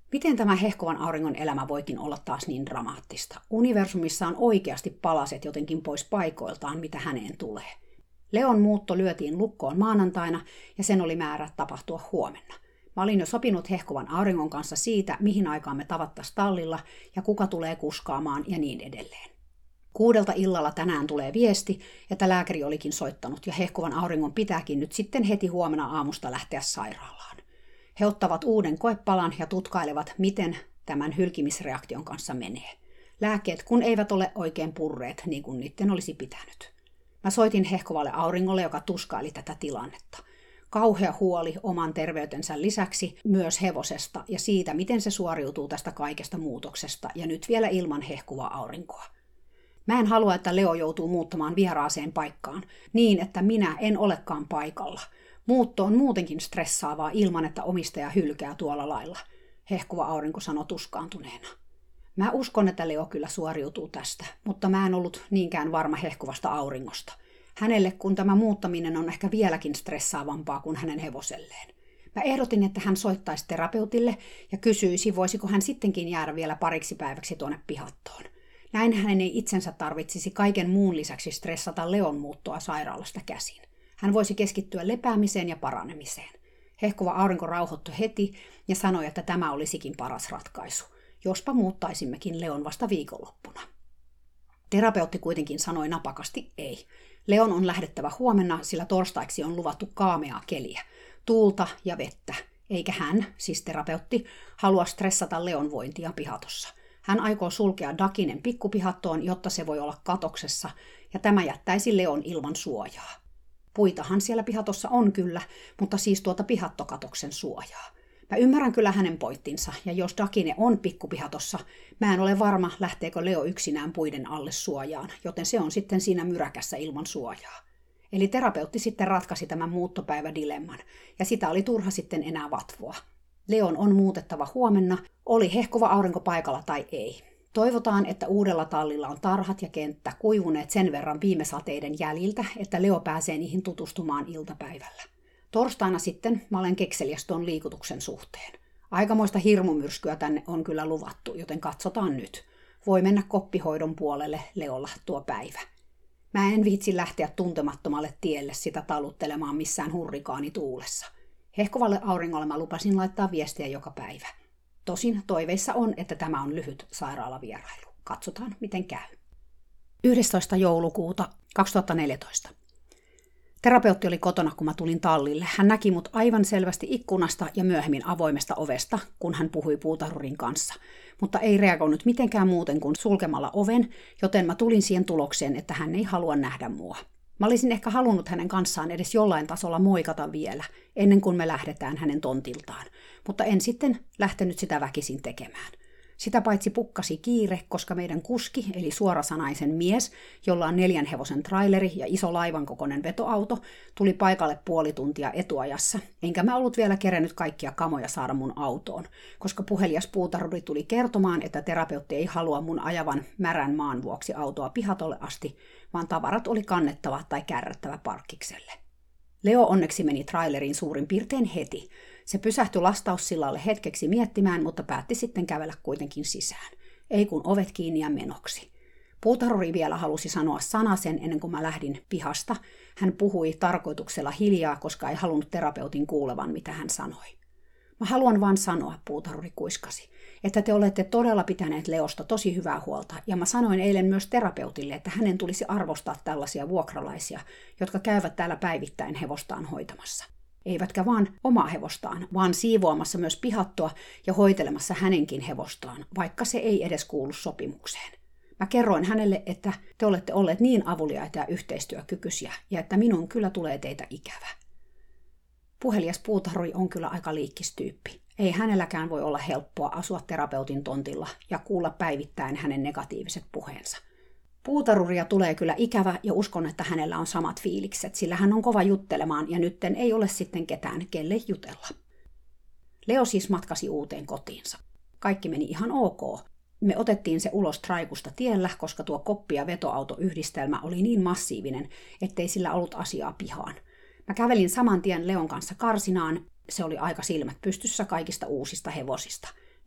Miten tämä hehkuvan auringon elämä voikin olla taas niin dramaattista? Universumissa on oikeasti palaset jotenkin pois paikoiltaan, mitä häneen tulee. Leon muutto lyötiin lukkoon maanantaina ja sen oli määrä tapahtua huomenna. Mä olin jo sopinut hehkuvan auringon kanssa siitä, mihin aikaan me tavattaisiin tallilla ja kuka tulee kuskaamaan ja niin edelleen. Kuudelta illalla tänään tulee viesti, että lääkäri olikin soittanut ja hehkuvan auringon pitääkin nyt sitten heti huomenna aamusta lähteä sairaalaan. He ottavat uuden koepalan ja tutkailevat, miten tämän hylkimisreaktion kanssa menee. Lääkkeet kun eivät ole oikein purreet niin kuin niiden olisi pitänyt. Mä soitin hehkuvalle auringolle, joka tuskaili tätä tilannetta. Kauhea huoli oman terveytensä lisäksi myös hevosesta ja siitä, miten se suoriutuu tästä kaikesta muutoksesta ja nyt vielä ilman hehkuvaa aurinkoa. Mä en halua, että Leo joutuu muuttamaan vieraaseen paikkaan niin, että minä en olekaan paikalla. Muutto on muutenkin stressaavaa ilman, että omistaja hylkää tuolla lailla, hehkuva aurinko sanoi tuskaantuneena. Mä uskon, että Leo kyllä suoriutuu tästä, mutta mä en ollut niinkään varma hehkuvasta auringosta. Hänelle kun tämä muuttaminen on ehkä vieläkin stressaavampaa kuin hänen hevoselleen. Mä ehdotin, että hän soittaisi terapeutille ja kysyisi, voisiko hän sittenkin jäädä vielä pariksi päiväksi tuonne pihattoon. Näin hänen ei itsensä tarvitsisi kaiken muun lisäksi stressata Leon muuttoa sairaalasta käsin. Hän voisi keskittyä lepäämiseen ja paranemiseen. Hehkuva aurinko rauhoittui heti ja sanoi, että tämä olisikin paras ratkaisu, jospa muuttaisimmekin Leon vasta viikonloppuna. Terapeutti kuitenkin sanoi napakasti ei. Leon on lähdettävä huomenna, sillä torstaiksi on luvattu kaameaa keliä, tuulta ja vettä, eikä hän, siis terapeutti, halua stressata Leon vointia pihatossa. Hän aikoo sulkea Dakinen pikkupihattoon, jotta se voi olla katoksessa, ja tämä jättäisi Leon ilman suojaa. Puitahan siellä pihatossa on kyllä, mutta siis tuota pihattokatoksen suojaa. Mä ymmärrän kyllä hänen pointtinsa, ja jos Dakine on pikkupihatossa, mä en ole varma, lähteekö Leo yksinään puiden alle suojaan, joten se on sitten siinä myräkässä ilman suojaa. Eli terapeutti sitten ratkaisi tämän muuttopäivädilemman, ja sitä oli turha sitten enää vatvoa. Leon on muutettava huomenna, oli hehkuva aurinko paikalla tai ei. Toivotaan, että uudella tallilla on tarhat ja kenttä kuivuneet sen verran viime sateiden jäljiltä, että Leo pääsee niihin tutustumaan iltapäivällä. Torstaina sitten mä olen kekseliäs tuon liikutuksen suhteen. Aikamoista hirmumyrskyä tänne on kyllä luvattu, joten katsotaan nyt. Voi mennä koppihoidon puolelle Leolla tuo päivä. Mä en viitsi lähteä tuntemattomalle tielle sitä taluttelemaan missään hurrikaanituulessa. Hehkuvalle auringolle mä lupasin laittaa viestiä joka päivä. Tosin toiveissa on, että tämä on lyhyt sairaalavierailu. Katsotaan, miten käy. yhdestoista joulukuuta kaksituhattaneljätoista. Terapeutti oli kotona, kun mä tulin tallille. Hän näki mut aivan selvästi ikkunasta ja myöhemmin avoimesta ovesta, kun hän puhui puutarhurin kanssa. Mutta ei reagoinut mitenkään muuten kuin sulkemalla oven, joten mä tulin siihen tulokseen, että hän ei halua nähdä mua. Mä olisin ehkä halunnut hänen kanssaan edes jollain tasolla moikata vielä, ennen kuin me lähdetään hänen tontiltaan, mutta en sitten lähtenyt sitä väkisin tekemään. Sitä paitsi pukkasi kiire, koska meidän kuski, eli suorasanaisen mies, jolla on neljän hevosen traileri ja iso laivan kokoinen vetoauto, tuli paikalle puoli tuntia etuajassa, enkä mä ollut vielä kerennyt kaikkia kamoja saada mun autoon, koska puhelias puutarhuri tuli kertomaan, että terapeutti ei halua mun ajavan märän maan vuoksi autoa pihatolle asti, vaan tavarat oli kannettava tai kärrättävä parkkikselle. Leo onneksi meni traileriin suurin piirtein heti. Se pysähtyi lastaussillalle hetkeksi miettimään, mutta päätti sitten kävellä kuitenkin sisään. Ei kun ovet kiinni ja menoksi. Puutarhuri vielä halusi sanoa sanasen ennen kuin mä lähdin pihasta. Hän puhui tarkoituksella hiljaa, koska ei halunnut terapeutin kuulevan, mitä hän sanoi. Mä haluan vaan sanoa, puutarhuri kuiskasi, että te olette todella pitäneet Leosta tosi hyvää huolta, ja mä sanoin eilen myös terapeutille, että hänen tulisi arvostaa tällaisia vuokralaisia, jotka käyvät täällä päivittäin hevostaan hoitamassa. Eivätkä vaan omaa hevostaan, vaan siivoamassa myös pihattoa ja hoitelemassa hänenkin hevostaan, vaikka se ei edes kuulu sopimukseen. Mä kerroin hänelle, että te olette olleet niin avuliaita ja yhteistyökykyisiä, ja että minun kyllä tulee teitä ikävä. Puhelias puutarhuri on kyllä aika liikkistyyppi. Ei hänelläkään voi olla helppoa asua terapeutin tontilla ja kuulla päivittäin hänen negatiiviset puheensa. Puutarhuria tulee kyllä ikävä ja uskon, että hänellä on samat fiilikset, sillä hän on kova juttelemaan ja nytten ei ole sitten ketään, kelle jutella. Leo siis matkasi uuteen kotiinsa. Kaikki meni ihan ok. Me otettiin se ulos traikusta tiellä, koska tuo koppi- ja vetoautoyhdistelmä oli niin massiivinen, ettei sillä ollut asiaa pihaan. Mä kävelin saman tien Leon kanssa karsinaan, se oli aika silmät pystyssä kaikista uusista hevosista.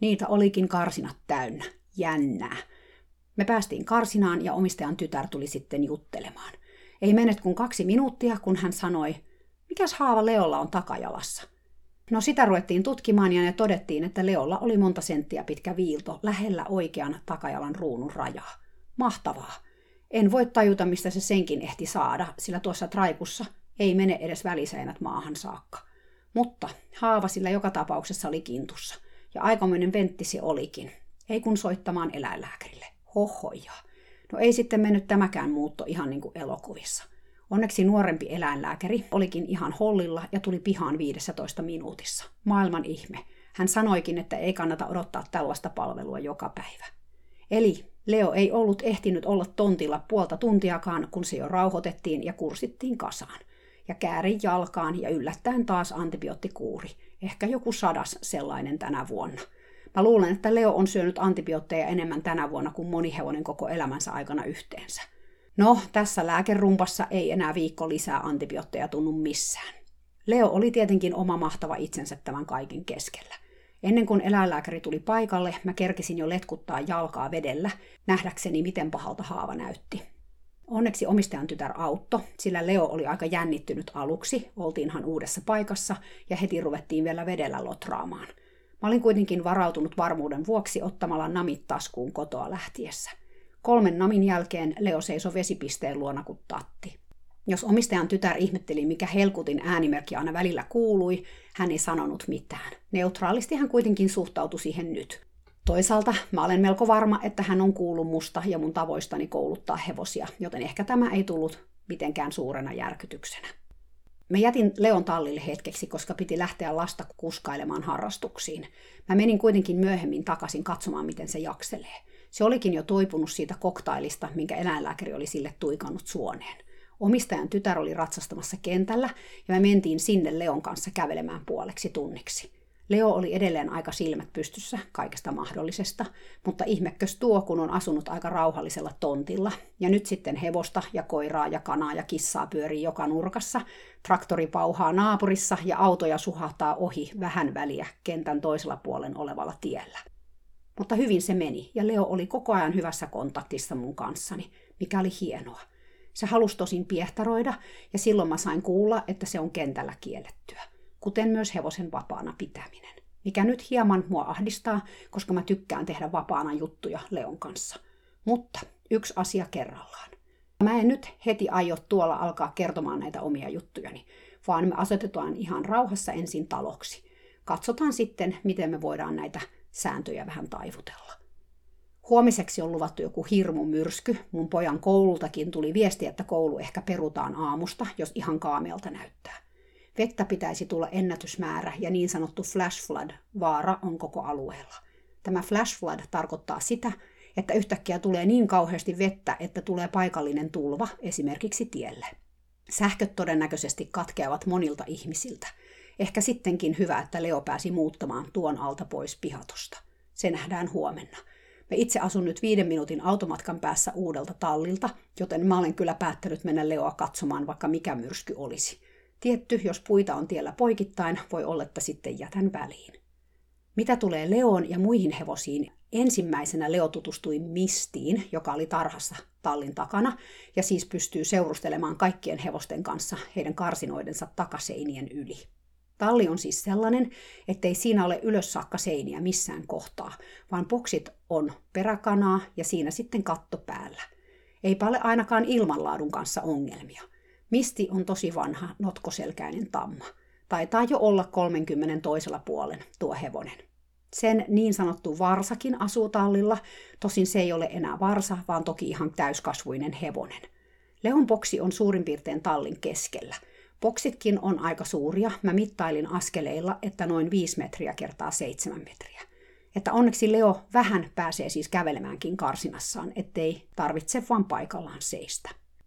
Niitä olikin karsinat täynnä. Jännää. Me päästiin karsinaan ja omistajan tytär tuli sitten juttelemaan. Ei mennyt kuin kaksi minuuttia, kun hän sanoi, mikäs haava Leolla on takajalassa. No sitä ruvettiin tutkimaan ja ne todettiin, että Leolla oli monta senttiä pitkä viilto lähellä oikean takajalan ruunun rajaa. Mahtavaa. En voi tajuta, mistä se senkin ehti saada, sillä tuossa traikussa ei mene edes väliseinät maahan saakka. Mutta haava sillä joka tapauksessa oli kintussa. Ja aikamoinen ventti se olikin. Ei kun soittamaan eläinlääkärille. Hohoja. No ei sitten mennyt tämäkään muutto ihan niin kuin elokuvissa. Onneksi nuorempi eläinlääkäri olikin ihan hollilla ja tuli pihaan viidessätoista minuutissa. Maailman ihme. Hän sanoikin, että ei kannata odottaa tällaista palvelua joka päivä. Eli Leo ei ollut ehtinyt olla tontilla puolta tuntiakaan, kun se jo rauhoitettiin ja kursittiin kasaan. Ja käärin jalkaan ja yllättäen taas antibioottikuuri. Ehkä joku sadas sellainen tänä vuonna. Mä luulen, että Leo on syönyt antibiootteja enemmän tänä vuonna kuin moni hevonen koko elämänsä aikana yhteensä. No, tässä lääkerumpassa ei enää viikko lisää antibiootteja tunnu missään. Leo oli tietenkin oma mahtava itsensä tämän kaiken keskellä. Ennen kuin eläinlääkäri tuli paikalle, mä kerkisin jo letkuttaa jalkaa vedellä, nähdäkseni miten pahalta haava näytti. Onneksi omistajan tytär auttoi, sillä Leo oli aika jännittynyt aluksi, oltiinhan uudessa paikassa ja heti ruvettiin vielä vedellä lotraamaan. Mä olin kuitenkin varautunut varmuuden vuoksi ottamalla namit taskuun kotoa lähtiessä. Kolmen namin jälkeen Leo seisoi vesipisteen luona kuin tatti. Jos omistajan tytär ihmetteli, mikä helkutin äänimerkki aina välillä kuului, hän ei sanonut mitään. Neutraalisti hän kuitenkin suhtautui siihen nyt. Toisaalta mä olen melko varma, että hän on kuullut musta ja mun tavoistani kouluttaa hevosia, joten ehkä tämä ei tullut mitenkään suurena järkytyksenä. Mä jätin Leon tallille hetkeksi, koska piti lähteä lasta kuskailemaan harrastuksiin. Mä menin kuitenkin myöhemmin takaisin katsomaan, miten se jakselee. Se olikin jo toipunut siitä koktailista, minkä eläinlääkäri oli sille tuikannut suoneen. Omistajan tytär oli ratsastamassa kentällä ja me mentiin sinne Leon kanssa kävelemään puoleksi tunniksi. Leo oli edelleen aika silmät pystyssä kaikesta mahdollisesta, mutta ihmekös tuo, kun on asunut aika rauhallisella tontilla. Ja nyt sitten hevosta ja koiraa ja kanaa ja kissaa pyörii joka nurkassa, traktori pauhaa naapurissa ja autoja suhahtaa ohi vähän väliä kentän toisella puolen olevalla tiellä. Mutta hyvin se meni ja Leo oli koko ajan hyvässä kontaktissa mun kanssani, mikä oli hienoa. Se halusi tosin piehtaroida ja silloin mä sain kuulla, että se on kentällä kiellettyä. Kuten myös hevosen vapaana pitäminen, mikä nyt hieman mua ahdistaa, koska mä tykkään tehdä vapaana juttuja Leon kanssa. Mutta yksi asia kerrallaan. Mä en nyt heti aio tuolla alkaa kertomaan näitä omia juttujani, vaan me asetetaan ihan rauhassa ensin taloksi. Katsotaan sitten, miten me voidaan näitä sääntöjä vähän taivutella. Huomiseksi on luvattu joku hirmu myrsky. Mun pojan koulultakin tuli viesti, että koulu ehkä perutaan aamusta, jos ihan kaameelta näyttää. Vettä pitäisi tulla ennätysmäärä ja niin sanottu flash flood vaara on koko alueella. Tämä flash flood tarkoittaa sitä, että yhtäkkiä tulee niin kauheasti vettä, että tulee paikallinen tulva esimerkiksi tielle. Sähköt todennäköisesti katkeavat monilta ihmisiltä. Ehkä sittenkin hyvä, että Leo pääsi muuttamaan tuon alta pois pihatosta. Se nähdään huomenna. Me itse asun nyt viiden minuutin automatkan päässä uudelta tallilta, joten mä olen kyllä päättänyt mennä Leoa katsomaan, vaikka mikä myrsky olisi. Tietty, jos puita on tiellä poikittain, voi olla, että sitten jätän väliin. Mitä tulee Leoon ja muihin hevosiin, ensimmäisenä Leo tutustui Mistiin, joka oli tarhassa tallin takana, ja siis pystyy seurustelemaan kaikkien hevosten kanssa heidän karsinoidensa takaseinien yli. Talli on siis sellainen, ettei siinä ole ylös saakka seiniä missään kohtaa, vaan boksit on peräkanaa ja siinä sitten katto päällä. Eipä ole ainakaan ilmanlaadun kanssa ongelmia. Misti on tosi vanha, notkoselkäinen tamma. Taitaa jo olla kolmenkymmenen toisella puolen tuo hevonen. Sen niin sanottu varsakin asuu tallilla, tosin se ei ole enää varsa, vaan toki ihan täyskasvuinen hevonen. Leon boksi on suurin piirtein tallin keskellä. Boksitkin on aika suuria, mä mittailin askeleilla, että noin viisi metriä kertaa seitsemän metriä. Että onneksi Leo vähän pääsee siis kävelemäänkin karsinassaan, ettei tarvitse vaan paikallaan seistä.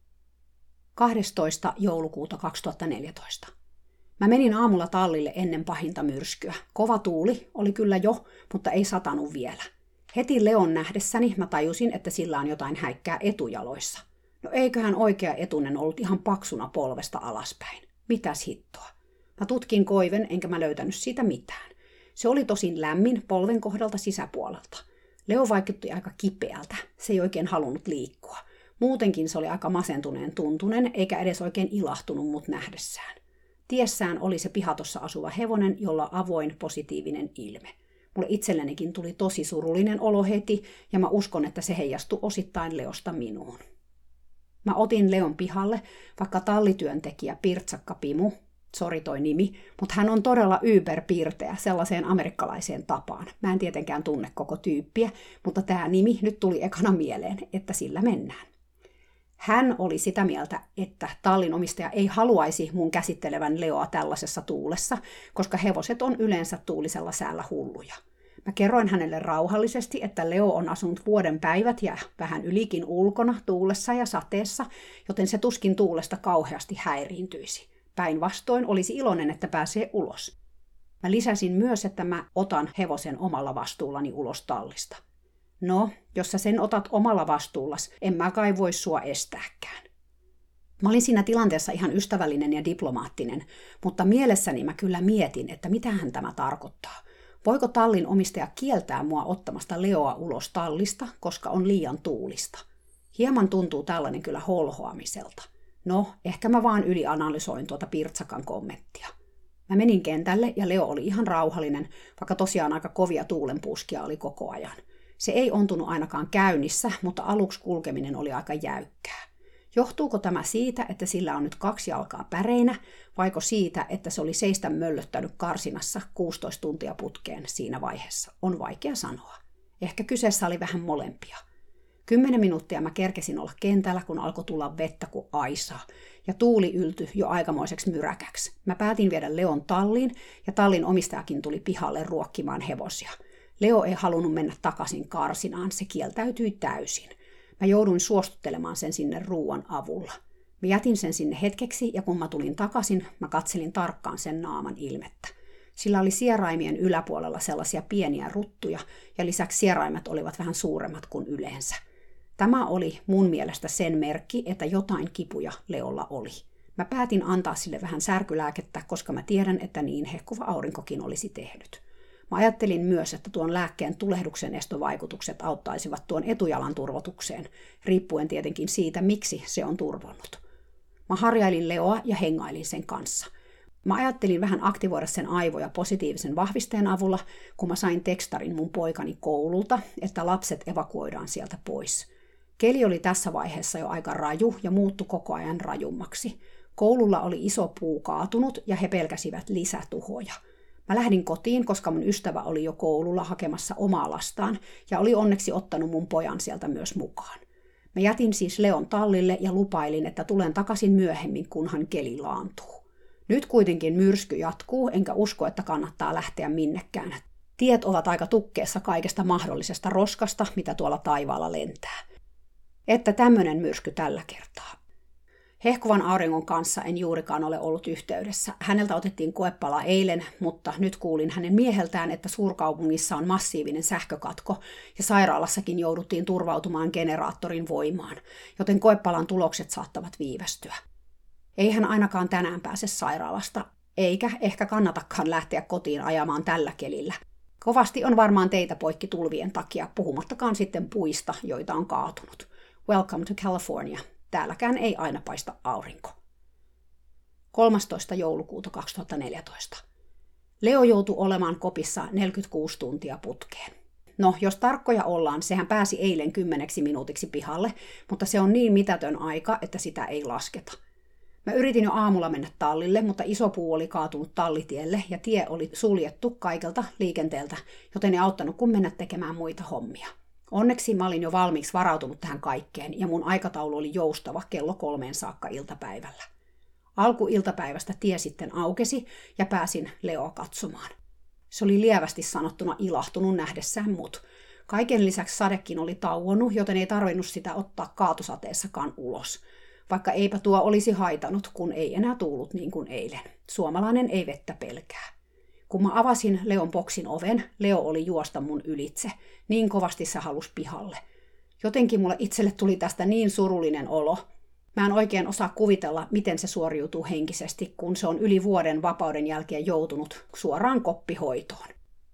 kahdestoista joulukuuta kaksituhattaneljätoista. Mä menin aamulla tallille ennen pahinta myrskyä. Kova tuuli oli kyllä jo, mutta ei satanut vielä. Heti Leon nähdessäni mä tajusin, että sillä on jotain häikkää etujaloissa. No eiköhän oikea etunen ollut ihan paksuna polvesta alaspäin. Mitäs hittoa? Mä tutkin koiven, enkä mä löytänyt siitä mitään. Se oli tosin lämmin polven kohdalta sisäpuolelta. Leo vaikutti aika kipeältä, se ei oikein halunnut liikkua. Muutenkin se oli aika masentuneen tuntunen, eikä edes oikein ilahtunut mut nähdessään. Tiessään oli se pihatossa asuva hevonen, jolla on avoin positiivinen ilme. Mulle itsellenikin tuli tosi surullinen olo heti, ja mä uskon, että se heijastui osittain Leosta minuun. Mä otin Leon pihalle, vaikka tallityöntekijä Pirtsakka Pimu, sori toi nimi, mutta hän on todella yberpiirteä sellaiseen amerikkalaiseen tapaan. Mä en tietenkään tunne koko tyyppiä, mutta tämä nimi nyt tuli ekana mieleen, että sillä mennään. Hän oli sitä mieltä, että tallin omistaja ei haluaisi mun käsittelevän Leoa tällaisessa tuulessa, koska hevoset on yleensä tuulisella säällä hulluja. Mä kerroin hänelle rauhallisesti, että Leo on asunut vuoden päivät ja vähän ylikin ulkona, tuulessa ja sateessa, joten se tuskin tuulesta kauheasti häiriintyisi. Päinvastoin olisi iloinen, että pääsee ulos. Mä lisäsin myös, että mä otan hevosen omalla vastuullani ulos tallista. No, jos sä sen otat omalla vastuullas, en mä kai voi sua estääkään. Mä olin siinä tilanteessa ihan ystävällinen ja diplomaattinen, mutta mielessäni mä kyllä mietin, että mitähän tämä tarkoittaa. Voiko tallin omistaja kieltää mua ottamasta Leoa ulos tallista, koska on liian tuulista? Hieman tuntuu tällainen kyllä holhoamiselta. No, ehkä mä vaan ylianalysoin tuota Pirtsakan kommenttia. Mä menin kentälle ja Leo oli ihan rauhallinen, vaikka tosiaan aika kovia tuulenpuskia oli koko ajan. Se ei ontunut ainakaan käynnissä, mutta aluksi kulkeminen oli aika jäykkää. Johtuuko tämä siitä, että sillä on nyt kaksi jalkaa päreinä, vaiko siitä, että se oli seistä möllöttänyt karsinassa kuusitoista tuntia putkeen siinä vaiheessa? On vaikea sanoa. Ehkä kyseessä oli vähän molempia. Kymmenen minuuttia mä kerkesin olla kentällä, kun alkoi tulla vettä kuin aisaa, ja tuuli yltyi jo aikamoiseksi myräkäksi. Mä päätin viedä Leon talliin, ja tallin omistajakin tuli pihalle ruokkimaan hevosia. Leo ei halunnut mennä takaisin karsinaan, se kieltäytyi täysin. Mä jouduin suostuttelemaan sen sinne ruuan avulla. Mä jätin sen sinne hetkeksi, ja kun mä tulin takaisin, mä katselin tarkkaan sen naaman ilmettä. Sillä oli sieraimien yläpuolella sellaisia pieniä ruttuja, ja lisäksi sieraimet olivat vähän suuremmat kuin yleensä. Tämä oli mun mielestä sen merkki, että jotain kipuja Leolla oli. Mä päätin antaa sille vähän särkylääkettä, koska mä tiedän, että niin hehkuva aurinkokin olisi tehnyt. Mä ajattelin myös, että tuon lääkkeen tulehduksen estovaikutukset auttaisivat tuon etujalan turvotukseen, riippuen tietenkin siitä, miksi se on turvonnut. Mä harjailin Leoa ja hengailin sen kanssa. Mä ajattelin vähän aktivoida sen aivoja positiivisen vahvisteen avulla, kun mä sain tekstarin mun poikani koululta, että lapset evakuoidaan sieltä pois. Keli oli tässä vaiheessa jo aika raju ja muuttui koko ajan rajummaksi. Koululla oli iso puu kaatunut ja he pelkäsivät lisätuhoja. Mä lähdin kotiin, koska mun ystävä oli jo koululla hakemassa omaa lastaan ja oli onneksi ottanut mun pojan sieltä myös mukaan. Mä jätin siis Leon tallille ja lupailin, että tulen takaisin myöhemmin, kunhan keli laantuu. Nyt kuitenkin myrsky jatkuu, enkä usko, että kannattaa lähteä minnekään. Tiet ovat aika tukkeessa kaikesta mahdollisesta roskasta, mitä tuolla taivaalla lentää. Että tämmöinen myrsky tällä kertaa. Hehkuvan auringon kanssa en juurikaan ole ollut yhteydessä. Häneltä otettiin koepala eilen, mutta nyt kuulin hänen mieheltään, että suurkaupungissa on massiivinen sähkökatko ja sairaalassakin jouduttiin turvautumaan generaattorin voimaan, joten koepalan tulokset saattavat viivästyä. Ei hän ainakaan tänään pääse sairaalasta, eikä ehkä kannatakaan lähteä kotiin ajamaan tällä kelillä. Kovasti on varmaan teitä poikki tulvien takia, puhumattakaan sitten puista, joita on kaatunut. Welcome to California. Täälläkään ei aina paista aurinko. kolmastoista joulukuuta kaksituhattaneljätoista. Leo joutui olemaan kopissa neljäkymmentäkuusi tuntia putkeen. No, jos tarkkoja ollaan, sehän pääsi eilen kymmeneksi minuutiksi pihalle, mutta se on niin mitätön aika, että sitä ei lasketa. Mä yritin jo aamulla mennä tallille, mutta iso puu oli kaatunut tallitielle ja tie oli suljettu kaikelta liikenteeltä, joten ei auttanut kun mennä tekemään muita hommia. Onneksi mä olin jo valmiiksi varautunut tähän kaikkeen ja mun aikataulu oli joustava kello kolmeen saakka iltapäivällä. Alkuiltapäivästä tie sitten aukesi ja pääsin Leoa katsomaan. Se oli lievästi sanottuna ilahtunut nähdessään mut. Kaiken lisäksi sadekin oli tauonnut, joten ei tarvinnut sitä ottaa kaatosateessakaan ulos. Vaikka eipä tuo olisi haitanut, kun ei enää tuullut niin kuin eilen. Suomalainen ei vettä pelkää. Kun mä avasin Leon boksin oven, Leo oli juosta mun ylitse. Niin kovasti se halusi pihalle. Jotenkin mulle itselle tuli tästä niin surullinen olo. Mä en oikein osaa kuvitella, miten se suoriutuu henkisesti, kun se on yli vuoden vapauden jälkeen joutunut suoraan koppihoitoon.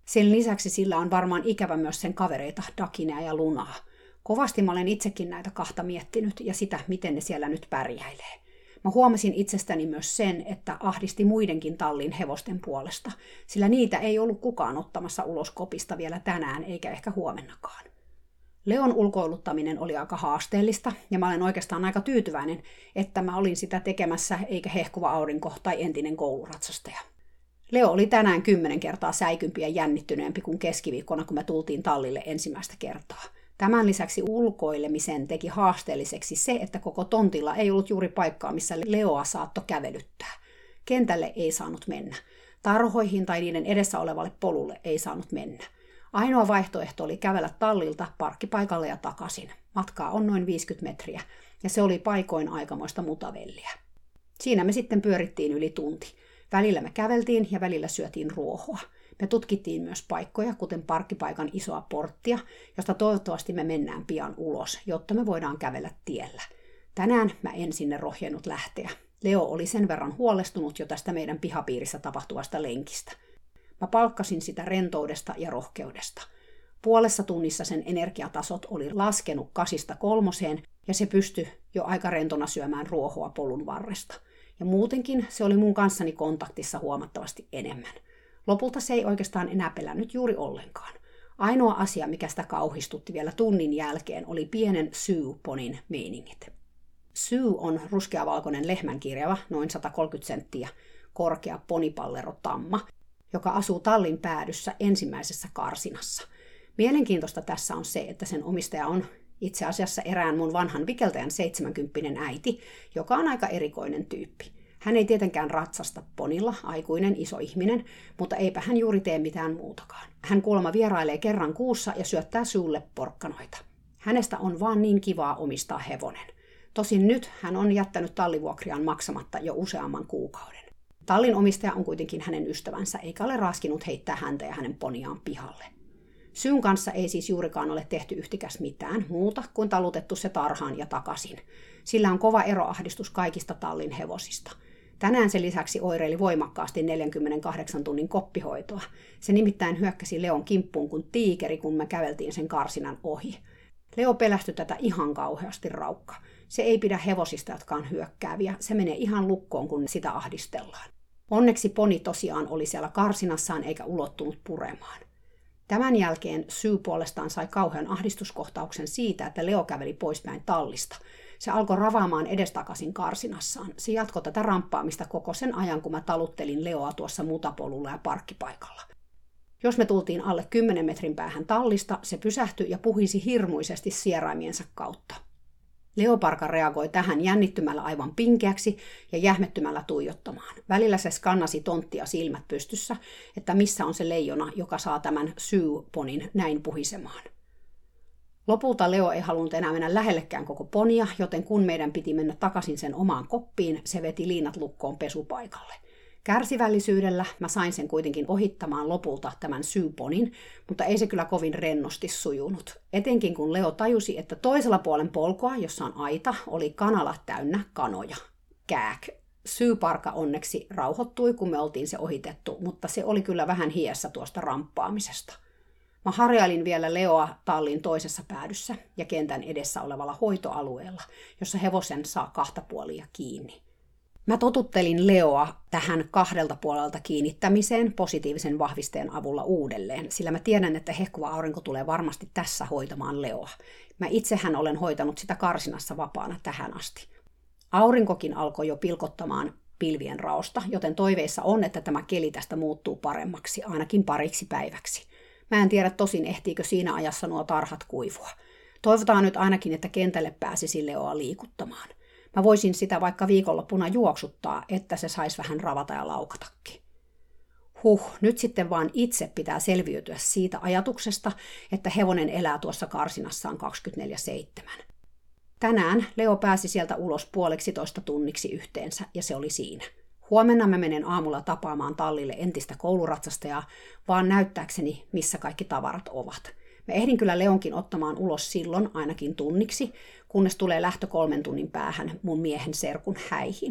Sen lisäksi sillä on varmaan ikävä myös sen kavereita Dakinea ja Lunaa. Kovasti mä olen itsekin näitä kahta miettinyt ja sitä, miten ne siellä nyt pärjäilee. Mä huomasin itsestäni myös sen, että ahdisti muidenkin tallin hevosten puolesta, sillä niitä ei ollut kukaan ottamassa ulos kopista vielä tänään eikä ehkä huomennakaan. Leon ulkoiluttaminen oli aika haasteellista ja mä olen oikeastaan aika tyytyväinen, että mä olin sitä tekemässä eikä hehkuva aurinko tai entinen kouluratsastaja. Leo oli tänään kymmenen kertaa säikympi ja jännittyneempi kuin keskiviikkona, kun me tultiin tallille ensimmäistä kertaa. Tämän lisäksi ulkoilemisen teki haasteelliseksi se, että koko tontilla ei ollut juuri paikkaa, missä Leoa saattoi kävelyttää. Kentälle ei saanut mennä. Tarhoihin tai niiden edessä olevalle polulle ei saanut mennä. Ainoa vaihtoehto oli kävellä tallilta parkkipaikalle ja takaisin. Matkaa on noin viisikymmentä metriä, ja se oli paikoin aikamoista mutavelliä. Siinä me sitten pyörittiin yli tunti. Välillä me käveltiin ja välillä syötiin ruohoa. Me tutkittiin myös paikkoja, kuten parkkipaikan isoa porttia, josta toivottavasti me mennään pian ulos, jotta me voidaan kävellä tiellä. Tänään mä en sinne rohjennut lähteä. Leo oli sen verran huolestunut jo tästä meidän pihapiirissä tapahtuvasta lenkistä. Mä palkkasin sitä rentoudesta ja rohkeudesta. Puolessa tunnissa sen energiatasot oli laskenut kasista kolmoseen ja se pystyi jo aika rentona syömään ruohoa polun varresta. Ja muutenkin se oli mun kanssani kontaktissa huomattavasti enemmän. Lopulta se ei oikeastaan enää pelännyt juuri ollenkaan. Ainoa asia, mikä sitä kauhistutti vielä tunnin jälkeen, oli pienen Sioux-ponin meiningit. Sioux on ruskeavalkoinen lehmänkirjava, noin sata kolmekymmentä senttiä korkea ponipallerotamma, joka asuu tallin päädyssä ensimmäisessä karsinassa. Mielenkiintoista tässä on se, että sen omistaja on itse asiassa erään mun vanhan vikeltäjän seitsemänkymppinen äiti, joka on aika erikoinen tyyppi. Hän ei tietenkään ratsasta ponilla, aikuinen iso ihminen, mutta eipä hän juuri tee mitään muutakaan. Hän kuulemma vierailee kerran kuussa ja syöttää Siouxlle porkkanoita. Hänestä on vaan niin kivaa omistaa hevonen. Tosin nyt hän on jättänyt tallivuokriaan maksamatta jo useamman kuukauden. Tallin omistaja on kuitenkin hänen ystävänsä, eikä ole raskinut heittää häntä ja hänen poniaan pihalle. Syn kanssa ei siis juurikaan ole tehty yhtikäs mitään muuta kuin talutettu se tarhaan ja takaisin. Sillä on kova eroahdistus kaikista tallin hevosista. Tänään se lisäksi oireili voimakkaasti neljänkymmenenkahdeksan tunnin koppihoitoa. Se nimittäin hyökkäsi Leon kimppuun kuin tiikeri, kun me käveltiin sen karsinan ohi. Leo pelästyi tätä ihan kauheasti raukka. Se ei pidä hevosista, jotka on hyökkääviä. Se menee ihan lukkoon, kun sitä ahdistellaan. Onneksi poni tosiaan oli siellä karsinassaan eikä ulottunut puremaan. Tämän jälkeen Sioux puolestaan sai kauhean ahdistuskohtauksen siitä, että Leo käveli poispäin tallista. Se alkoi ravaamaan edestakaisin karsinassaan. Se jatkoi tätä ramppaamista koko sen ajan, kun mä taluttelin Leoa tuossa mutapolulla ja parkkipaikalla. Jos me tultiin alle kymmenen metrin päähän tallista, se pysähtyi ja puhisi hirmuisesti sieraimiensa kautta. Leoparka reagoi tähän jännittymällä aivan pinkeäksi ja jähmettymällä tuijottamaan. Välillä se skannasi tonttia silmät pystyssä, että missä on se leijona, joka saa tämän Sioux-ponin näin puhisemaan. Lopulta Leo ei halunnut enää mennä lähellekään koko ponia, joten kun meidän piti mennä takaisin sen omaan koppiin, se veti liinat lukkoon pesupaikalle. Kärsivällisyydellä mä sain sen kuitenkin ohittamaan lopulta tämän Sioux-ponin, mutta ei se kyllä kovin rennosti sujunut. Etenkin kun Leo tajusi, että toisella puolen polkoa, jossa on aita, oli kanala täynnä kanoja. Kääk. Sioux-parka onneksi rauhoittui, kun me oltiin se ohitettu, mutta se oli kyllä vähän hiessä tuosta ramppaamisesta. Mä harjailin vielä Leoa tallin toisessa päädyssä ja kentän edessä olevalla hoitoalueella, jossa hevosen saa kahta puolia kiinni. Mä totuttelin Leoa tähän kahdelta puolelta kiinnittämiseen positiivisen vahvisteen avulla uudelleen, sillä mä tiedän, että hehkuva aurinko tulee varmasti tässä hoitamaan Leoa. Mä itsehän olen hoitanut sitä karsinassa vapaana tähän asti. Aurinkokin alkoi jo pilkottamaan pilvien raosta, joten toiveissa on, että tämä keli tästä muuttuu paremmaksi, ainakin pariksi päiväksi. Mä en tiedä tosin, ehtiikö siinä ajassa nuo tarhat kuivua. Toivotaan nyt ainakin, että kentälle pääsisi Leoa liikuttamaan. Mä voisin sitä vaikka viikonloppuna juoksuttaa, että se saisi vähän ravata ja laukatakin. Huh, nyt sitten vaan itse pitää selviytyä siitä ajatuksesta, että hevonen elää tuossa karsinassaan kaksikymmentäneljä seitsemän. Tänään Leo pääsi sieltä ulos puoleksi toista tunniksi yhteensä, ja se oli siinä. Huomenna mä menen aamulla tapaamaan tallille entistä kouluratsastajaa, vaan näyttääkseni, missä kaikki tavarat ovat. Mä ehdin kyllä Leonkin ottamaan ulos silloin ainakin tunniksi, kunnes tulee lähtö kolmen tunnin päähän mun miehen serkun häihin.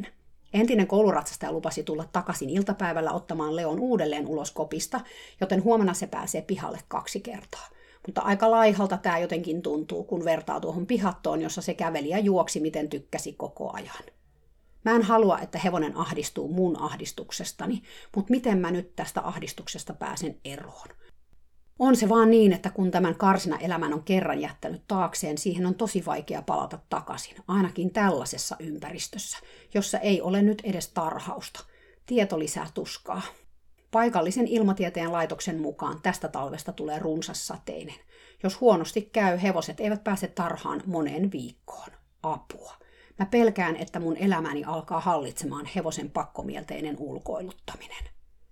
Entinen kouluratsastaja lupasi tulla takaisin iltapäivällä ottamaan Leon uudelleen ulos kopista, joten huomenna se pääsee pihalle kaksi kertaa. Mutta aika laihalta tämä jotenkin tuntuu, kun vertaa tuohon pihattoon, jossa se käveli ja juoksi miten tykkäsi koko ajan. Mä en halua, että hevonen ahdistuu mun ahdistuksestani, mutta miten mä nyt tästä ahdistuksesta pääsen eroon? On se vaan niin, että kun tämän karsina-elämän on kerran jättänyt taakseen, siihen on tosi vaikea palata takaisin, ainakin tällaisessa ympäristössä, jossa ei ole nyt edes tarhausta. Tieto lisää tuskaa. Paikallisen ilmatieteen laitoksen mukaan tästä talvesta tulee runsassateinen. Jos huonosti käy, hevoset eivät pääse tarhaan moneen viikkoon. Apua. Mä pelkään, että mun elämäni alkaa hallitsemaan hevosen pakkomielteinen ulkoiluttaminen.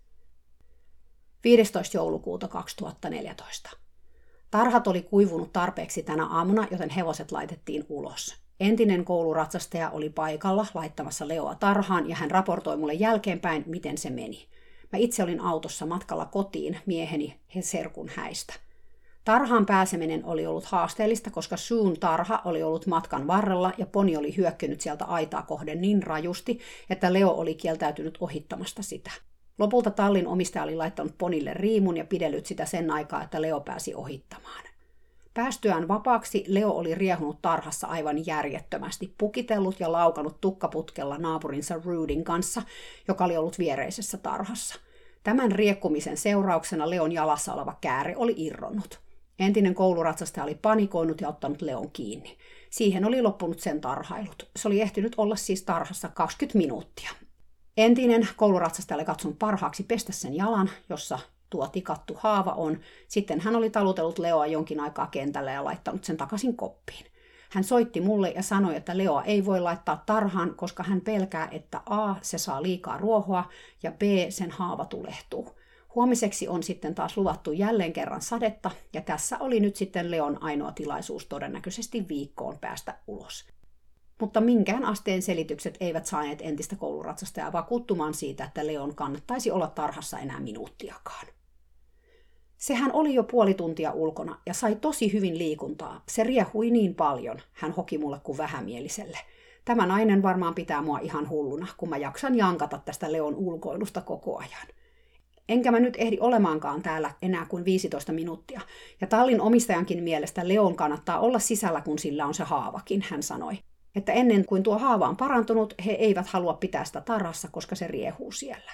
viidestoista joulukuuta kaksituhattaneljätoista. Tarhat oli kuivunut tarpeeksi tänä aamuna, joten hevoset laitettiin ulos. Entinen kouluratsastaja oli paikalla laittamassa Leoa tarhaan ja hän raportoi mulle jälkeenpäin, miten se meni. Mä itse olin autossa matkalla kotiin mieheni serkun häistä. Tarhaan pääseminen oli ollut haasteellista, koska Suun tarha oli ollut matkan varrella ja poni oli hyökkynyt sieltä aitaa kohden niin rajusti, että Leo oli kieltäytynyt ohittamasta sitä. Lopulta tallin omistaja oli laittanut ponille riimun ja pidellyt sitä sen aikaa, että Leo pääsi ohittamaan. Päästyään vapaaksi Leo oli riehunut tarhassa aivan järjettömästi, pukitellut ja laukanut tukkaputkella naapurinsa Rudin kanssa, joka oli ollut viereisessä tarhassa. Tämän riekkumisen seurauksena Leon jalassa oleva kääre oli irronnut. Entinen kouluratsastaja oli panikoinut ja ottanut Leon kiinni. Siihen oli loppunut sen tarhailut. Se oli ehtinyt olla siis tarhassa kaksikymmentä minuuttia. Entinen kouluratsastaja oli katsonut parhaaksi pestä sen jalan, jossa tuo tikattu haava on. Sitten hän oli talutellut Leoa jonkin aikaa kentällä ja laittanut sen takaisin koppiin. Hän soitti mulle ja sanoi, että Leoa ei voi laittaa tarhaan, koska hän pelkää, että A, se saa liikaa ruohoa ja B, sen haava tulehtuu. Huomiseksi on sitten taas luvattu jälleen kerran sadetta ja tässä oli nyt sitten Leon ainoa tilaisuus todennäköisesti viikkoon päästä ulos. Mutta minkään asteen selitykset eivät saaneet entistä kouluratsastajaa vakuuttumaan siitä, että Leon kannattaisi olla tarhassa enää minuuttiakaan. Sehän oli jo puoli tuntia ulkona ja sai tosi hyvin liikuntaa. Se riehui niin paljon, hän hoki mulle kuin vähämieliselle. Tämä nainen varmaan pitää mua ihan hulluna, kun mä jaksan jankata tästä Leon ulkoilusta koko ajan. Enkä mä nyt ehdi olemaankaan täällä enää kuin viisitoista minuuttia. Ja tallin omistajankin mielestä Leon kannattaa olla sisällä, kun sillä on se haavakin, hän sanoi. Että ennen kuin tuo haava on parantunut, he eivät halua pitää sitä tarhassa, koska se riehuu siellä.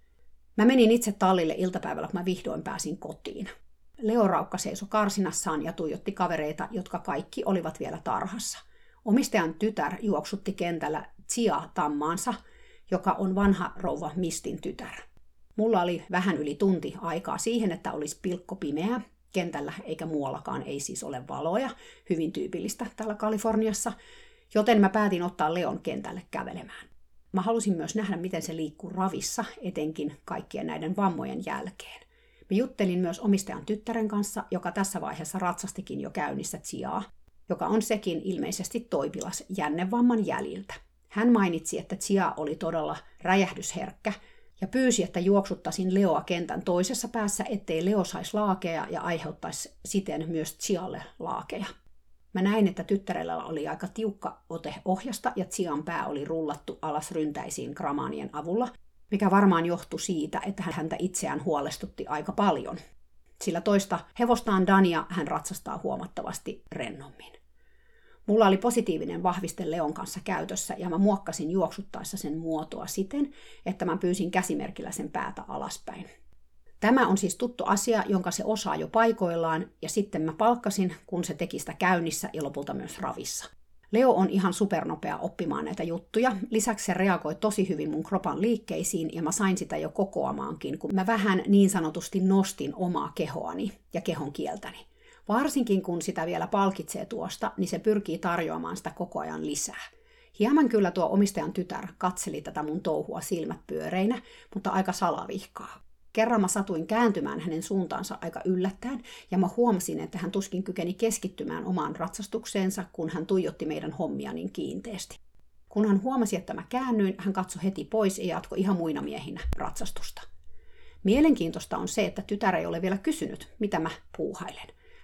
Mä menin itse tallille iltapäivällä, kun mä vihdoin pääsin kotiin. Leo Raukka seisoi karsinassaan ja tuijotti kavereita, jotka kaikki olivat vielä tarhassa. Omistajan tytär juoksutti kentällä Chia-tammaansa, joka on vanha rouva Mistin tytär. Mulla oli vähän yli tunti aikaa siihen, että olisi pilkko pimeää. Kentällä eikä muuallakaan ei siis ole valoja, hyvin tyypillistä täällä Kaliforniassa, joten mä päätin ottaa Leon kentälle kävelemään. Mä halusin myös nähdä, miten se liikkuu ravissa, etenkin kaikkien näiden vammojen jälkeen. Mä juttelin myös omistajan tyttären kanssa, joka tässä vaiheessa ratsastikin jo käynnissä Chiaa, joka on sekin ilmeisesti toipilas jännevamman jäljiltä. Hän mainitsi, että Chia oli todella räjähdysherkkä ja pyysi, että juoksuttaisin Leoa kentän toisessa päässä, ettei Leo saisi laakeja ja aiheuttaisi siten myös Chialle laakeja. Mä näin, että tyttärellä oli aika tiukka ote ohjasta ja Chian pää oli rullattu alas ryntäisiin gramaanien avulla, mikä varmaan johtui siitä, että häntä itseään huolestutti aika paljon. Sillä toista hevostaan Dania hän ratsastaa huomattavasti rennommin. Mulla oli positiivinen vahviste Leon kanssa käytössä ja mä muokkasin juoksuttaessa sen muotoa siten, että mä pyysin käsimerkillä sen päätä alaspäin. Tämä on siis tuttu asia, jonka se osaa jo paikoillaan, ja sitten mä palkkasin, kun se teki sitä käynnissä ja lopulta myös ravissa. Leo on ihan supernopea oppimaan näitä juttuja. Lisäksi se reagoi tosi hyvin mun kropan liikkeisiin, ja mä sain sitä jo kokoamaankin, kun mä vähän niin sanotusti nostin omaa kehoani ja kehon kieltäni. Varsinkin kun sitä vielä palkitsee tuosta, niin se pyrkii tarjoamaan sitä koko ajan lisää. Hieman kyllä tuo omistajan tytär katseli tätä mun touhua silmät pyöreinä, mutta aika salavihkaa. Kerran mä satuin kääntymään hänen suuntaansa aika yllättäen, ja mä huomasin, että hän tuskin kykeni keskittymään omaan ratsastukseensa, kun hän tuijotti meidän hommia niin kiinteästi. Kun hän huomasi, että mä käännyin, hän katsoi heti pois ja jatkoi ihan muina miehinä ratsastusta. Mielenkiintoista on se, että tytär ei ole vielä kysynyt, mitä mä puuhailen.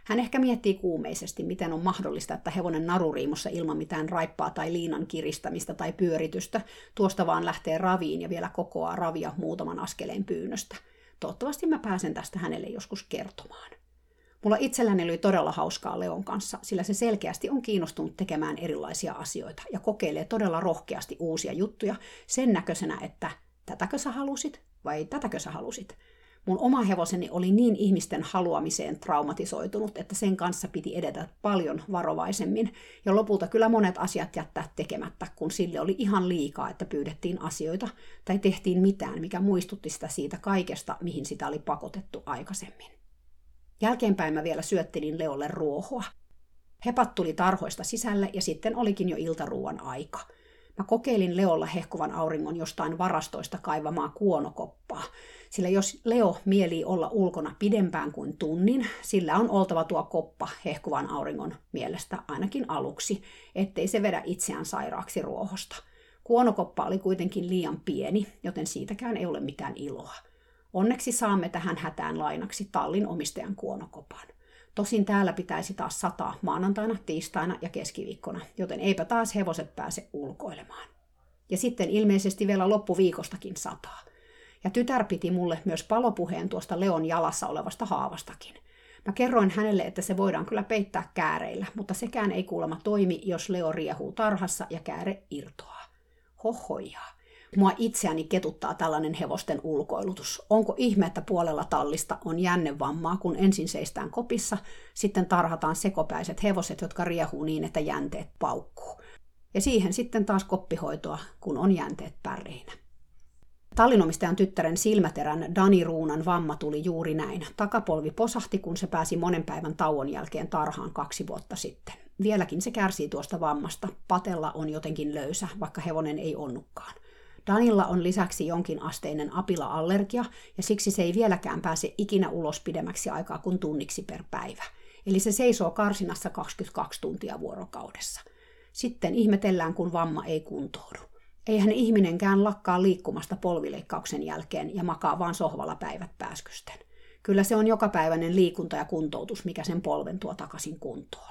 Hän ehkä miettii kuumeisesti, miten on mahdollista, että hevonen naruriimossa ilman mitään raippaa tai liinan kiristämistä tai pyöritystä tuosta vaan lähtee raviin ja vielä kokoaa ravia muutaman askeleen pyynnöstä. Toivottavasti mä pääsen tästä hänelle joskus kertomaan. Mulla itselläni oli todella hauskaa Leon kanssa, sillä se selkeästi on kiinnostunut tekemään erilaisia asioita ja kokeilee todella rohkeasti uusia juttuja sen näköisenä, että tätäkö sä halusit vai tätäkö sä halusit. Mun oma hevoseni oli niin ihmisten haluamiseen traumatisoitunut, että sen kanssa piti edetä paljon varovaisemmin ja lopulta kyllä monet asiat jättää tekemättä, kun sille oli ihan liikaa, että pyydettiin asioita tai tehtiin mitään, mikä muistutti sitä siitä kaikesta, mihin sitä oli pakotettu aikaisemmin. Jälkeenpäin mä vielä syöttelin Leolle ruohoa. Hepat tuli tarhoista sisälle ja sitten olikin jo iltaruuan aika. Mä kokeilin Leolla hehkuvan auringon jostain varastoista kaivamaa kuonokoppaa, sillä jos Leo mielii olla ulkona pidempään kuin tunnin, sillä on oltava tuo koppa hehkuvan auringon mielestä ainakin aluksi, ettei se vedä itseään sairaaksi ruohosta. Kuonokoppa oli kuitenkin liian pieni, joten siitäkään ei ole mitään iloa. Onneksi saamme tähän hätään lainaksi tallin omistajan kuonokopan. Tosin täällä pitäisi taas sataa maanantaina, tiistaina ja keskiviikkona, joten eipä taas hevoset pääse ulkoilemaan. Ja sitten ilmeisesti vielä loppuviikostakin sataa. Ja tytär piti mulle myös palopuheen tuosta Leon jalassa olevasta haavastakin. Mä kerroin hänelle, että se voidaan kyllä peittää kääreillä, mutta sekään ei kuulemma toimi, jos Leo riehuu tarhassa ja kääre irtoaa. Hohojaa. Mua itseäni ketuttaa tällainen hevosten ulkoilutus. Onko ihme, että puolella tallista on jännevammaa, kun ensin seistään kopissa, sitten tarhataan sekopäiset hevoset, jotka riehuu niin, että jänteet paukkuu. Ja siihen sitten taas koppihoitoa, kun on jänteet päreinä. Tallinomistajan tyttären silmäterän Dani Ruunan vamma tuli juuri näin. Takapolvi posahti, kun se pääsi monen päivän tauon jälkeen tarhaan kaksi vuotta sitten. Vieläkin se kärsii tuosta vammasta. Patella on jotenkin löysä, vaikka hevonen ei onnukaan. Danilla on lisäksi jonkin asteinen apila-allergia, ja siksi se ei vieläkään pääse ikinä ulos pidemmäksi aikaa kuin tunniksi per päivä. Eli se seisoo karsinassa kaksikymmentäkaksi tuntia vuorokaudessa. Sitten ihmetellään, kun vamma ei kuntoudu. Eihän ihminenkään lakkaa liikkumasta polvileikkauksen jälkeen ja makaa vaan sohvalla päivät pääskysten. Kyllä se on jokapäiväinen liikunta ja kuntoutus, mikä sen polven tuo takaisin kuntoon.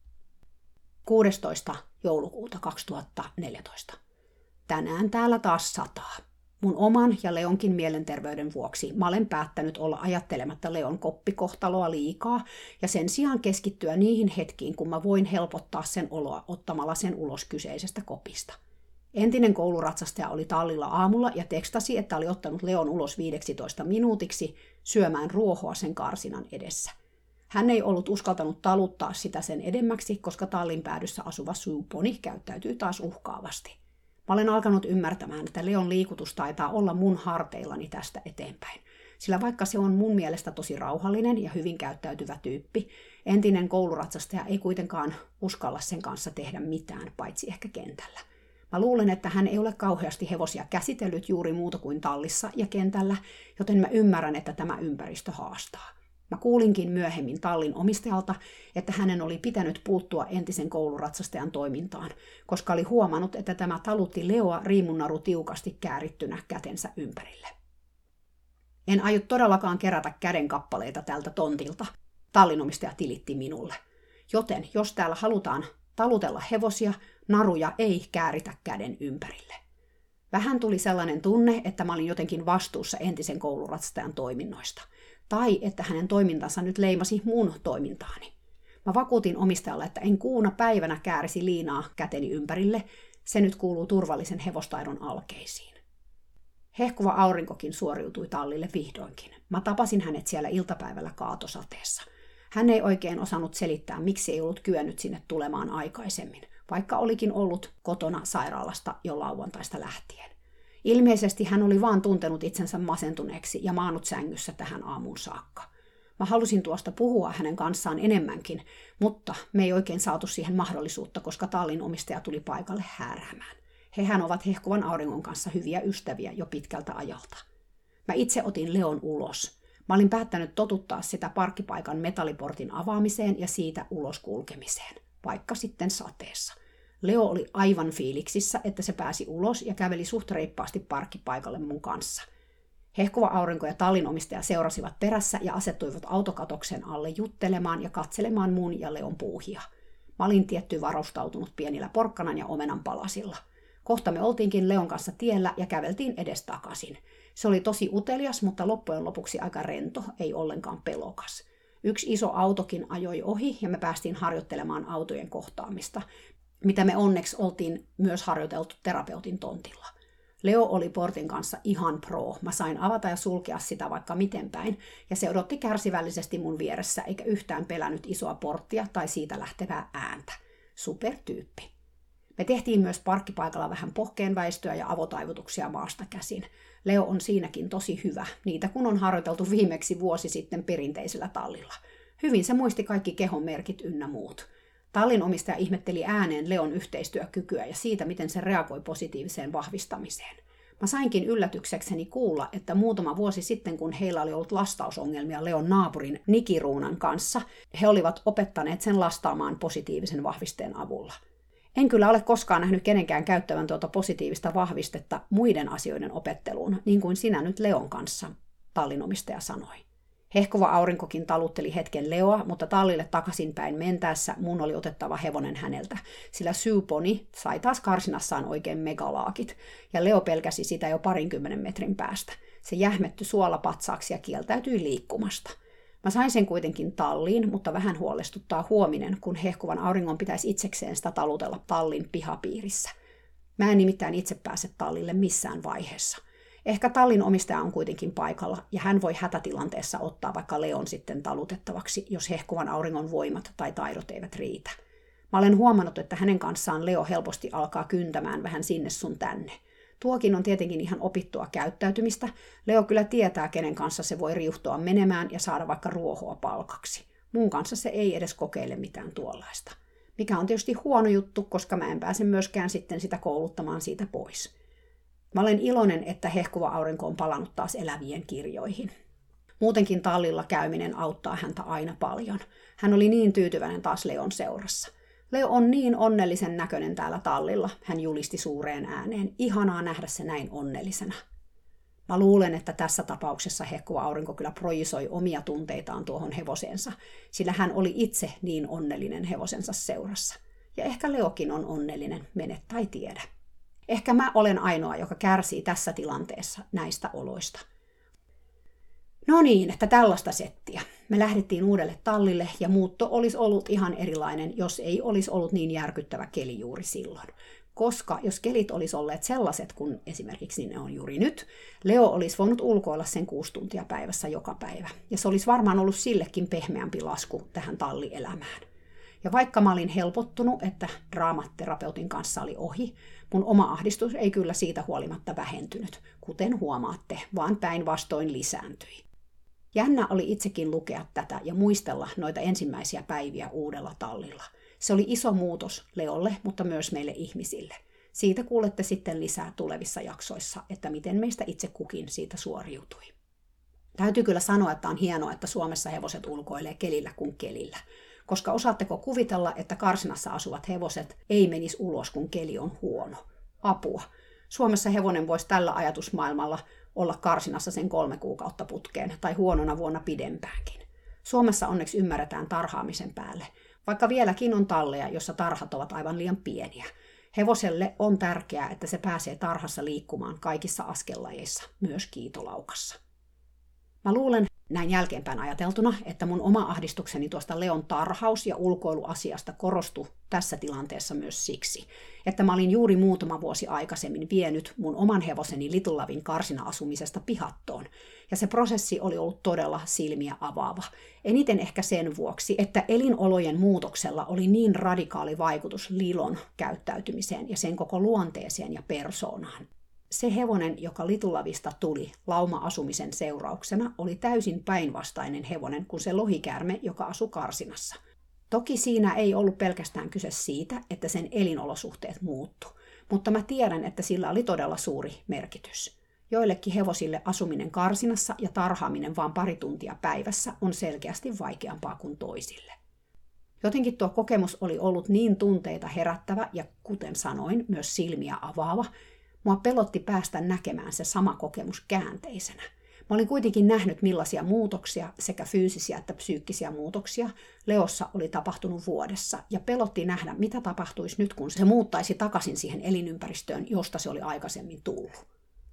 kuudestoista joulukuuta kaksituhattaneljätoista. Tänään täällä taas sataa. Mun oman ja Leonkin mielenterveyden vuoksi mä olen päättänyt olla ajattelematta Leon koppikohtaloa liikaa ja sen sijaan keskittyä niihin hetkiin, kun mä voin helpottaa sen oloa ottamalla sen ulos kyseisestä kopista. Entinen kouluratsastaja oli tallilla aamulla ja tekstasi, että oli ottanut Leon ulos viideksitoista minuutiksi syömään ruohoa sen karsinan edessä. Hän ei ollut uskaltanut taluttaa sitä sen edemmäksi, koska tallin päädyssä asuva suuponi käyttäytyy taas uhkaavasti. Mä olen alkanut ymmärtämään, että Leon liikutus taitaa olla mun harteillani tästä eteenpäin. Sillä vaikka se on mun mielestä tosi rauhallinen ja hyvin käyttäytyvä tyyppi, entinen kouluratsastaja ei kuitenkaan uskalla sen kanssa tehdä mitään, paitsi ehkä kentällä. Mä luulen, että hän ei ole kauheasti hevosia käsitellyt juuri muuta kuin tallissa ja kentällä, joten mä ymmärrän, että tämä ympäristö haastaa. Mä kuulinkin myöhemmin tallin omistajalta, että hänen oli pitänyt puuttua entisen kouluratsastajan toimintaan, koska oli huomannut, että tämä talutti Leoa riimunnaru tiukasti käärittynä kätensä ympärille. En aio todellakaan kerätä kädenkappaleita tältä tontilta, tallinomistaja tilitti minulle. Joten jos täällä halutaan talutella hevosia, naruja ei kääritä käden ympärille. Vähän tuli sellainen tunne, että mä olin jotenkin vastuussa entisen kouluratsastajan toiminnoista. Tai että hänen toimintansa nyt leimasi mun toimintaani. Mä vakuutin omistajalle, että en kuuna päivänä käärisi liinaa käteni ympärille, se nyt kuuluu turvallisen hevostaidon alkeisiin. Hehkuva aurinkokin suoriutui tallille vihdoinkin. Mä tapasin hänet siellä iltapäivällä kaatosateessa. Hän ei oikein osannut selittää, miksi ei ollut kyennyt sinne tulemaan aikaisemmin, vaikka olikin ollut kotona sairaalasta jo lauantaista lähtien. Ilmeisesti hän oli vaan tuntenut itsensä masentuneeksi ja maannut sängyssä tähän aamuun saakka. Mä halusin tuosta puhua hänen kanssaan enemmänkin, mutta me ei oikein saatu siihen mahdollisuutta, koska tallin omistaja tuli paikalle hääräämään. Hehän ovat hehkuvan auringon kanssa hyviä ystäviä jo pitkältä ajalta. Mä itse otin Leon ulos. Mä olin päättänyt totuttaa sitä parkkipaikan metalliportin avaamiseen ja siitä ulos kulkemiseen, vaikka sitten sateessa. Leo oli aivan fiiliksissä, että se pääsi ulos ja käveli suht reippaasti parkkipaikalle mun kanssa. Hehkuva aurinko ja tallin omistaja seurasivat perässä ja asettuivat autokatoksen alle juttelemaan ja katselemaan mun ja Leon puuhia. Mä olin tietty varustautunut pienillä porkkanan ja omenan palasilla. Kohta me oltiinkin Leon kanssa tiellä ja käveltiin edestakaisin. Se oli tosi utelias, mutta loppujen lopuksi aika rento, ei ollenkaan pelokas. Yksi iso autokin ajoi ohi ja me päästiin harjoittelemaan autojen kohtaamista, mitä me onneksi oltiin myös harjoiteltu terapeutin tontilla. Leo oli portin kanssa ihan pro. Mä sain avata ja sulkea sitä vaikka miten päin, ja se odotti kärsivällisesti mun vieressä, eikä yhtään pelännyt isoa porttia tai siitä lähtevää ääntä. Supertyyppi. Me tehtiin myös parkkipaikalla vähän pohkeenväistöä ja avotaivutuksia maasta käsin. Leo on siinäkin tosi hyvä, niitä kun on harjoiteltu viimeksi vuosi sitten perinteisellä tallilla. Hyvin se muisti kaikki kehon merkit ynnä muut. Tallin omistaja ihmetteli ääneen Leon yhteistyökykyä ja siitä, miten se reagoi positiiviseen vahvistamiseen. Mä sainkin yllätyksekseni kuulla, että muutama vuosi sitten, kun heillä oli ollut lastausongelmia Leon naapurin Nikiruunan kanssa, he olivat opettaneet sen lastaamaan positiivisen vahvisteen avulla. En kyllä ole koskaan nähnyt kenenkään käyttävän tuota positiivista vahvistetta muiden asioiden opetteluun, niin kuin sinä nyt Leon kanssa, tallin omistaja sanoi. Hehkuva aurinkokin talutteli hetken Leoa, mutta tallille takaisinpäin mentäessä mun oli otettava hevonen häneltä, sillä syyponi sai taas karsinassaan oikein megalaakit, ja Leo pelkäsi sitä jo parinkymmenen metrin päästä. Se jähmetty suolapatsaaksi ja kieltäytyi liikkumasta. Mä sain sen kuitenkin talliin, mutta vähän huolestuttaa huominen, kun hehkuvan auringon pitäisi itsekseen sitä talutella tallin pihapiirissä. Mä en nimittäin itse pääse tallille missään vaiheessa. Ehkä tallin omistaja on kuitenkin paikalla, ja hän voi hätätilanteessa ottaa vaikka Leon sitten talutettavaksi, jos hehkuvan auringon voimat tai taidot eivät riitä. Mä olen huomannut, että hänen kanssaan Leo helposti alkaa kyntämään vähän sinne sun tänne. Tuokin on tietenkin ihan opittua käyttäytymistä. Leo kyllä tietää, kenen kanssa se voi riuhtoa menemään ja saada vaikka ruohoa palkaksi. Mun kanssa se ei edes kokeile mitään tuollaista. Mikä on tietysti huono juttu, koska mä en pääse myöskään sitten sitä kouluttamaan siitä pois. Mä olen iloinen, että hehkuva aurinko on palannut taas elävien kirjoihin. Muutenkin tallilla käyminen auttaa häntä aina paljon. Hän oli niin tyytyväinen taas Leon seurassa. Leo on niin onnellisen näköinen täällä tallilla, hän julisti suureen ääneen. Ihanaa nähdä se näin onnellisena. Mä luulen, että tässä tapauksessa hehkuva aurinko kyllä projisoi omia tunteitaan tuohon hevoseensa, sillä hän oli itse niin onnellinen hevosensa seurassa. Ja ehkä Leokin on onnellinen, mene tai tiedä. Ehkä mä olen ainoa, joka kärsii tässä tilanteessa näistä oloista. No niin, että tällaista settiä. Me lähdettiin uudelle tallille ja muutto olisi ollut ihan erilainen, jos ei olisi ollut niin järkyttävä keli juuri silloin. Koska jos kelit olisi olleet sellaiset, kun esimerkiksi ne on juuri nyt, Leo olisi voinut ulkoilla sen kuusi tuntia päivässä joka päivä. Ja se olisi varmaan ollut sillekin pehmeämpi lasku tähän tallielämään. Ja vaikka mä olin helpottunut, että draamaterapeutin kanssa oli ohi, mun oma ahdistus ei kyllä siitä huolimatta vähentynyt, kuten huomaatte, vaan päinvastoin lisääntyi. Jännä oli itsekin lukea tätä ja muistella noita ensimmäisiä päiviä uudella tallilla. Se oli iso muutos Leolle, mutta myös meille ihmisille. Siitä kuulette sitten lisää tulevissa jaksoissa, että miten meistä itse kukin siitä suoriutui. Täytyy kyllä sanoa, että on hienoa, että Suomessa hevoset ulkoilee kelillä kuin kelillä. Koska osaatteko kuvitella, että karsinassa asuvat hevoset ei menisi ulos, kun keli on huono? Apua. Suomessa hevonen voisi tällä ajatusmaailmalla olla karsinassa sen kolme kuukautta putkeen tai huonona vuonna pidempäänkin. Suomessa onneksi ymmärretään tarhaamisen päälle, vaikka vieläkin on talleja, jossa tarhat ovat aivan liian pieniä. Hevoselle on tärkeää, että se pääsee tarhassa liikkumaan kaikissa askellajeissa, myös kiitolaukassa. Mä luulen näin jälkeenpäin ajateltuna, että mun oma ahdistukseni tuosta Leon tarhaus- ja ulkoiluasiasta korostui tässä tilanteessa myös siksi, että mä olin juuri muutama vuosi aikaisemmin vienyt mun oman hevoseni Little Lovin karsina-asumisesta pihattoon, ja se prosessi oli ollut todella silmiä avaava. Eniten ehkä sen vuoksi, että elinolojen muutoksella oli niin radikaali vaikutus Lilon käyttäytymiseen ja sen koko luonteeseen ja persoonaan. Se hevonen, joka Little Lovista tuli lauma-asumisen seurauksena, oli täysin päinvastainen hevonen kuin se lohikäärme, joka asui karsinassa. Toki siinä ei ollut pelkästään kyse siitä, että sen elinolosuhteet muuttu, mutta mä tiedän, että sillä oli todella suuri merkitys. Joillekin hevosille asuminen karsinassa ja tarhaaminen vain pari tuntia päivässä on selkeästi vaikeampaa kuin toisille. Jotenkin tuo kokemus oli ollut niin tunteita herättävä ja kuten sanoin, myös silmiä avaava. Mua pelotti päästä näkemään se sama kokemus käänteisenä. Mä olin kuitenkin nähnyt, millaisia muutoksia, sekä fyysisiä että psyykkisiä muutoksia, Leossa oli tapahtunut vuodessa, ja pelotti nähdä, mitä tapahtuisi nyt, kun se muuttaisi takaisin siihen elinympäristöön, josta se oli aikaisemmin tullut.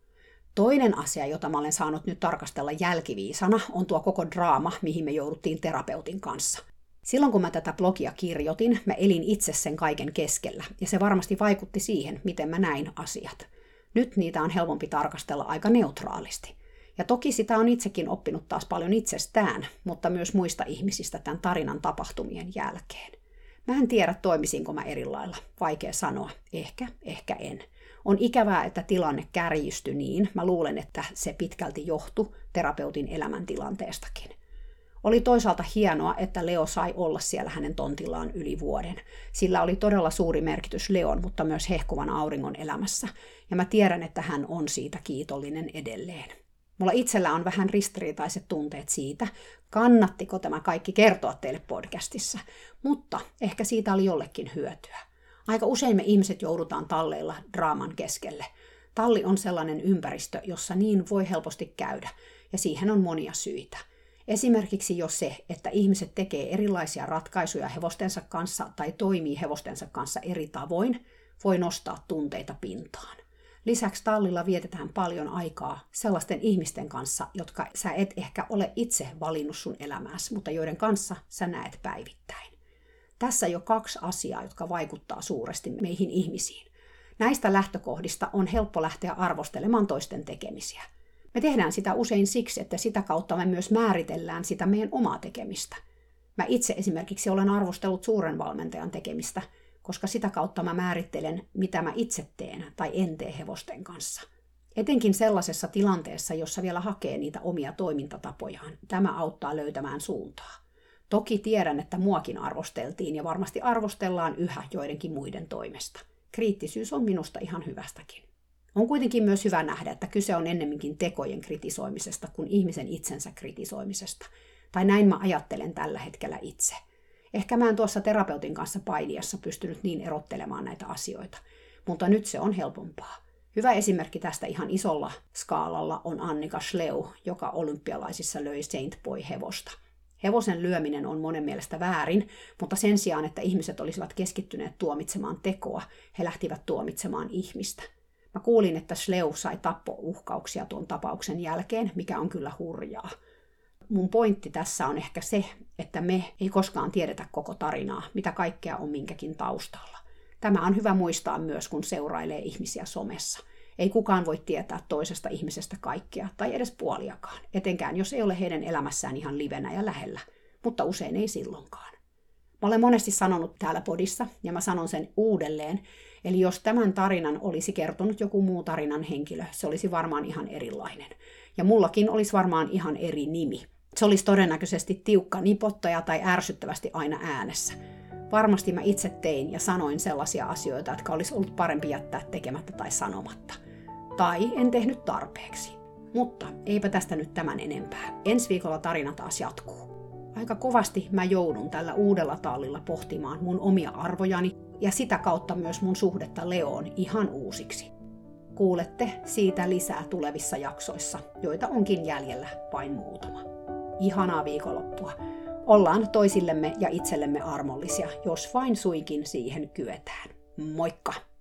Toinen asia, jota mä olen saanut nyt tarkastella jälkiviisana, on tuo koko draama, mihin me jouduttiin terapeutin kanssa. Silloin kun mä tätä blogia kirjoitin, mä elin itse sen kaiken keskellä, ja se varmasti vaikutti siihen, miten mä näin asiat. Nyt niitä on helpompi tarkastella aika neutraalisti. Ja toki sitä on itsekin oppinut taas paljon itsestään, mutta myös muista ihmisistä tämän tarinan tapahtumien jälkeen. Mä en tiedä, toimisinko mä eri lailla. Vaikea sanoa. Ehkä, ehkä en. On ikävää, että tilanne kärjistyi niin. Mä luulen, että se pitkälti johtui terapeutin elämäntilanteestakin. Oli toisaalta hienoa, että Leo sai olla siellä hänen tontillaan yli vuoden. Sillä oli todella suuri merkitys Leon, mutta myös hehkuvan auringon elämässä. Ja mä tiedän, että hän on siitä kiitollinen edelleen. Mulla itsellä on vähän ristiriitaiset tunteet siitä, kannattiko tämä kaikki kertoa teille podcastissa, mutta ehkä siitä oli jollekin hyötyä. Aika usein me ihmiset joudutaan talleilla draaman keskelle. Talli on sellainen ympäristö, jossa niin voi helposti käydä, ja siihen on monia syitä. Esimerkiksi jo se, että ihmiset tekee erilaisia ratkaisuja hevostensa kanssa tai toimii hevostensa kanssa eri tavoin, voi nostaa tunteita pintaan. Lisäksi tallilla vietetään paljon aikaa sellaisten ihmisten kanssa, jotka sä et ehkä ole itse valinnut sun elämääsi, mutta joiden kanssa sä näet päivittäin. Tässä jo kaksi asiaa, jotka vaikuttaa suuresti meihin ihmisiin. Näistä lähtökohdista on helppo lähteä arvostelemaan toisten tekemisiä. Me tehdään sitä usein siksi, että sitä kautta me myös määritellään sitä meidän omaa tekemistä. Mä itse esimerkiksi olen arvostellut suuren valmentajan tekemistä, koska sitä kautta mä määrittelen, mitä mä itse teen tai en tee hevosten kanssa. Etenkin sellaisessa tilanteessa, jossa vielä hakee niitä omia toimintatapojaan, tämä auttaa löytämään suuntaa. Toki tiedän, että muakin arvosteltiin ja varmasti arvostellaan yhä joidenkin muiden toimesta. Kriittisyys on minusta ihan hyvästäkin. On kuitenkin myös hyvä nähdä, että kyse on ennemminkin tekojen kritisoimisesta kuin ihmisen itsensä kritisoimisesta. Tai näin mä ajattelen tällä hetkellä itse. Ehkä mä en tuossa terapeutin kanssa painiassa pystynyt niin erottelemaan näitä asioita, mutta nyt se on helpompaa. Hyvä esimerkki tästä ihan isolla skaalalla on Annika Schleu, joka olympialaisissa löi Saint Boy-hevosta. Hevosen lyöminen on monen mielestä väärin, mutta sen sijaan, että ihmiset olisivat keskittyneet tuomitsemaan tekoa, he lähtivät tuomitsemaan ihmistä. Mä kuulin, että Schleu sai tappouhkauksia tuon tapauksen jälkeen, mikä on kyllä hurjaa. Mun pointti tässä on ehkä se, että me ei koskaan tiedetä koko tarinaa, mitä kaikkea on minkäkin taustalla. Tämä on hyvä muistaa myös, kun seurailee ihmisiä somessa. Ei kukaan voi tietää toisesta ihmisestä kaikkea, tai edes puoliakaan, etenkään jos ei ole heidän elämässään ihan livenä ja lähellä, mutta usein ei silloinkaan. Mä olen monesti sanonut täällä podissa, ja mä sanon sen uudelleen, eli jos tämän tarinan olisi kertonut joku muu tarinan henkilö, se olisi varmaan ihan erilainen. Ja mullakin olisi varmaan ihan eri nimi. Se olisi todennäköisesti tiukka nipottaja tai ärsyttävästi aina äänessä. Varmasti mä itse tein ja sanoin sellaisia asioita, jotka olisi ollut parempi jättää tekemättä tai sanomatta. Tai en tehnyt tarpeeksi. Mutta eipä tästä nyt tämän enempää. Ensi viikolla tarina taas jatkuu. Aika kovasti mä joudun tällä uudella tallilla pohtimaan mun omia arvojani ja sitä kautta myös mun suhdetta Leoon ihan uusiksi. Kuulette siitä lisää tulevissa jaksoissa, joita onkin jäljellä vain muutama. Ihanaa viikonloppua. Ollaan toisillemme ja itsellemme armollisia, jos vain suinkin siihen kyetään. Moikka!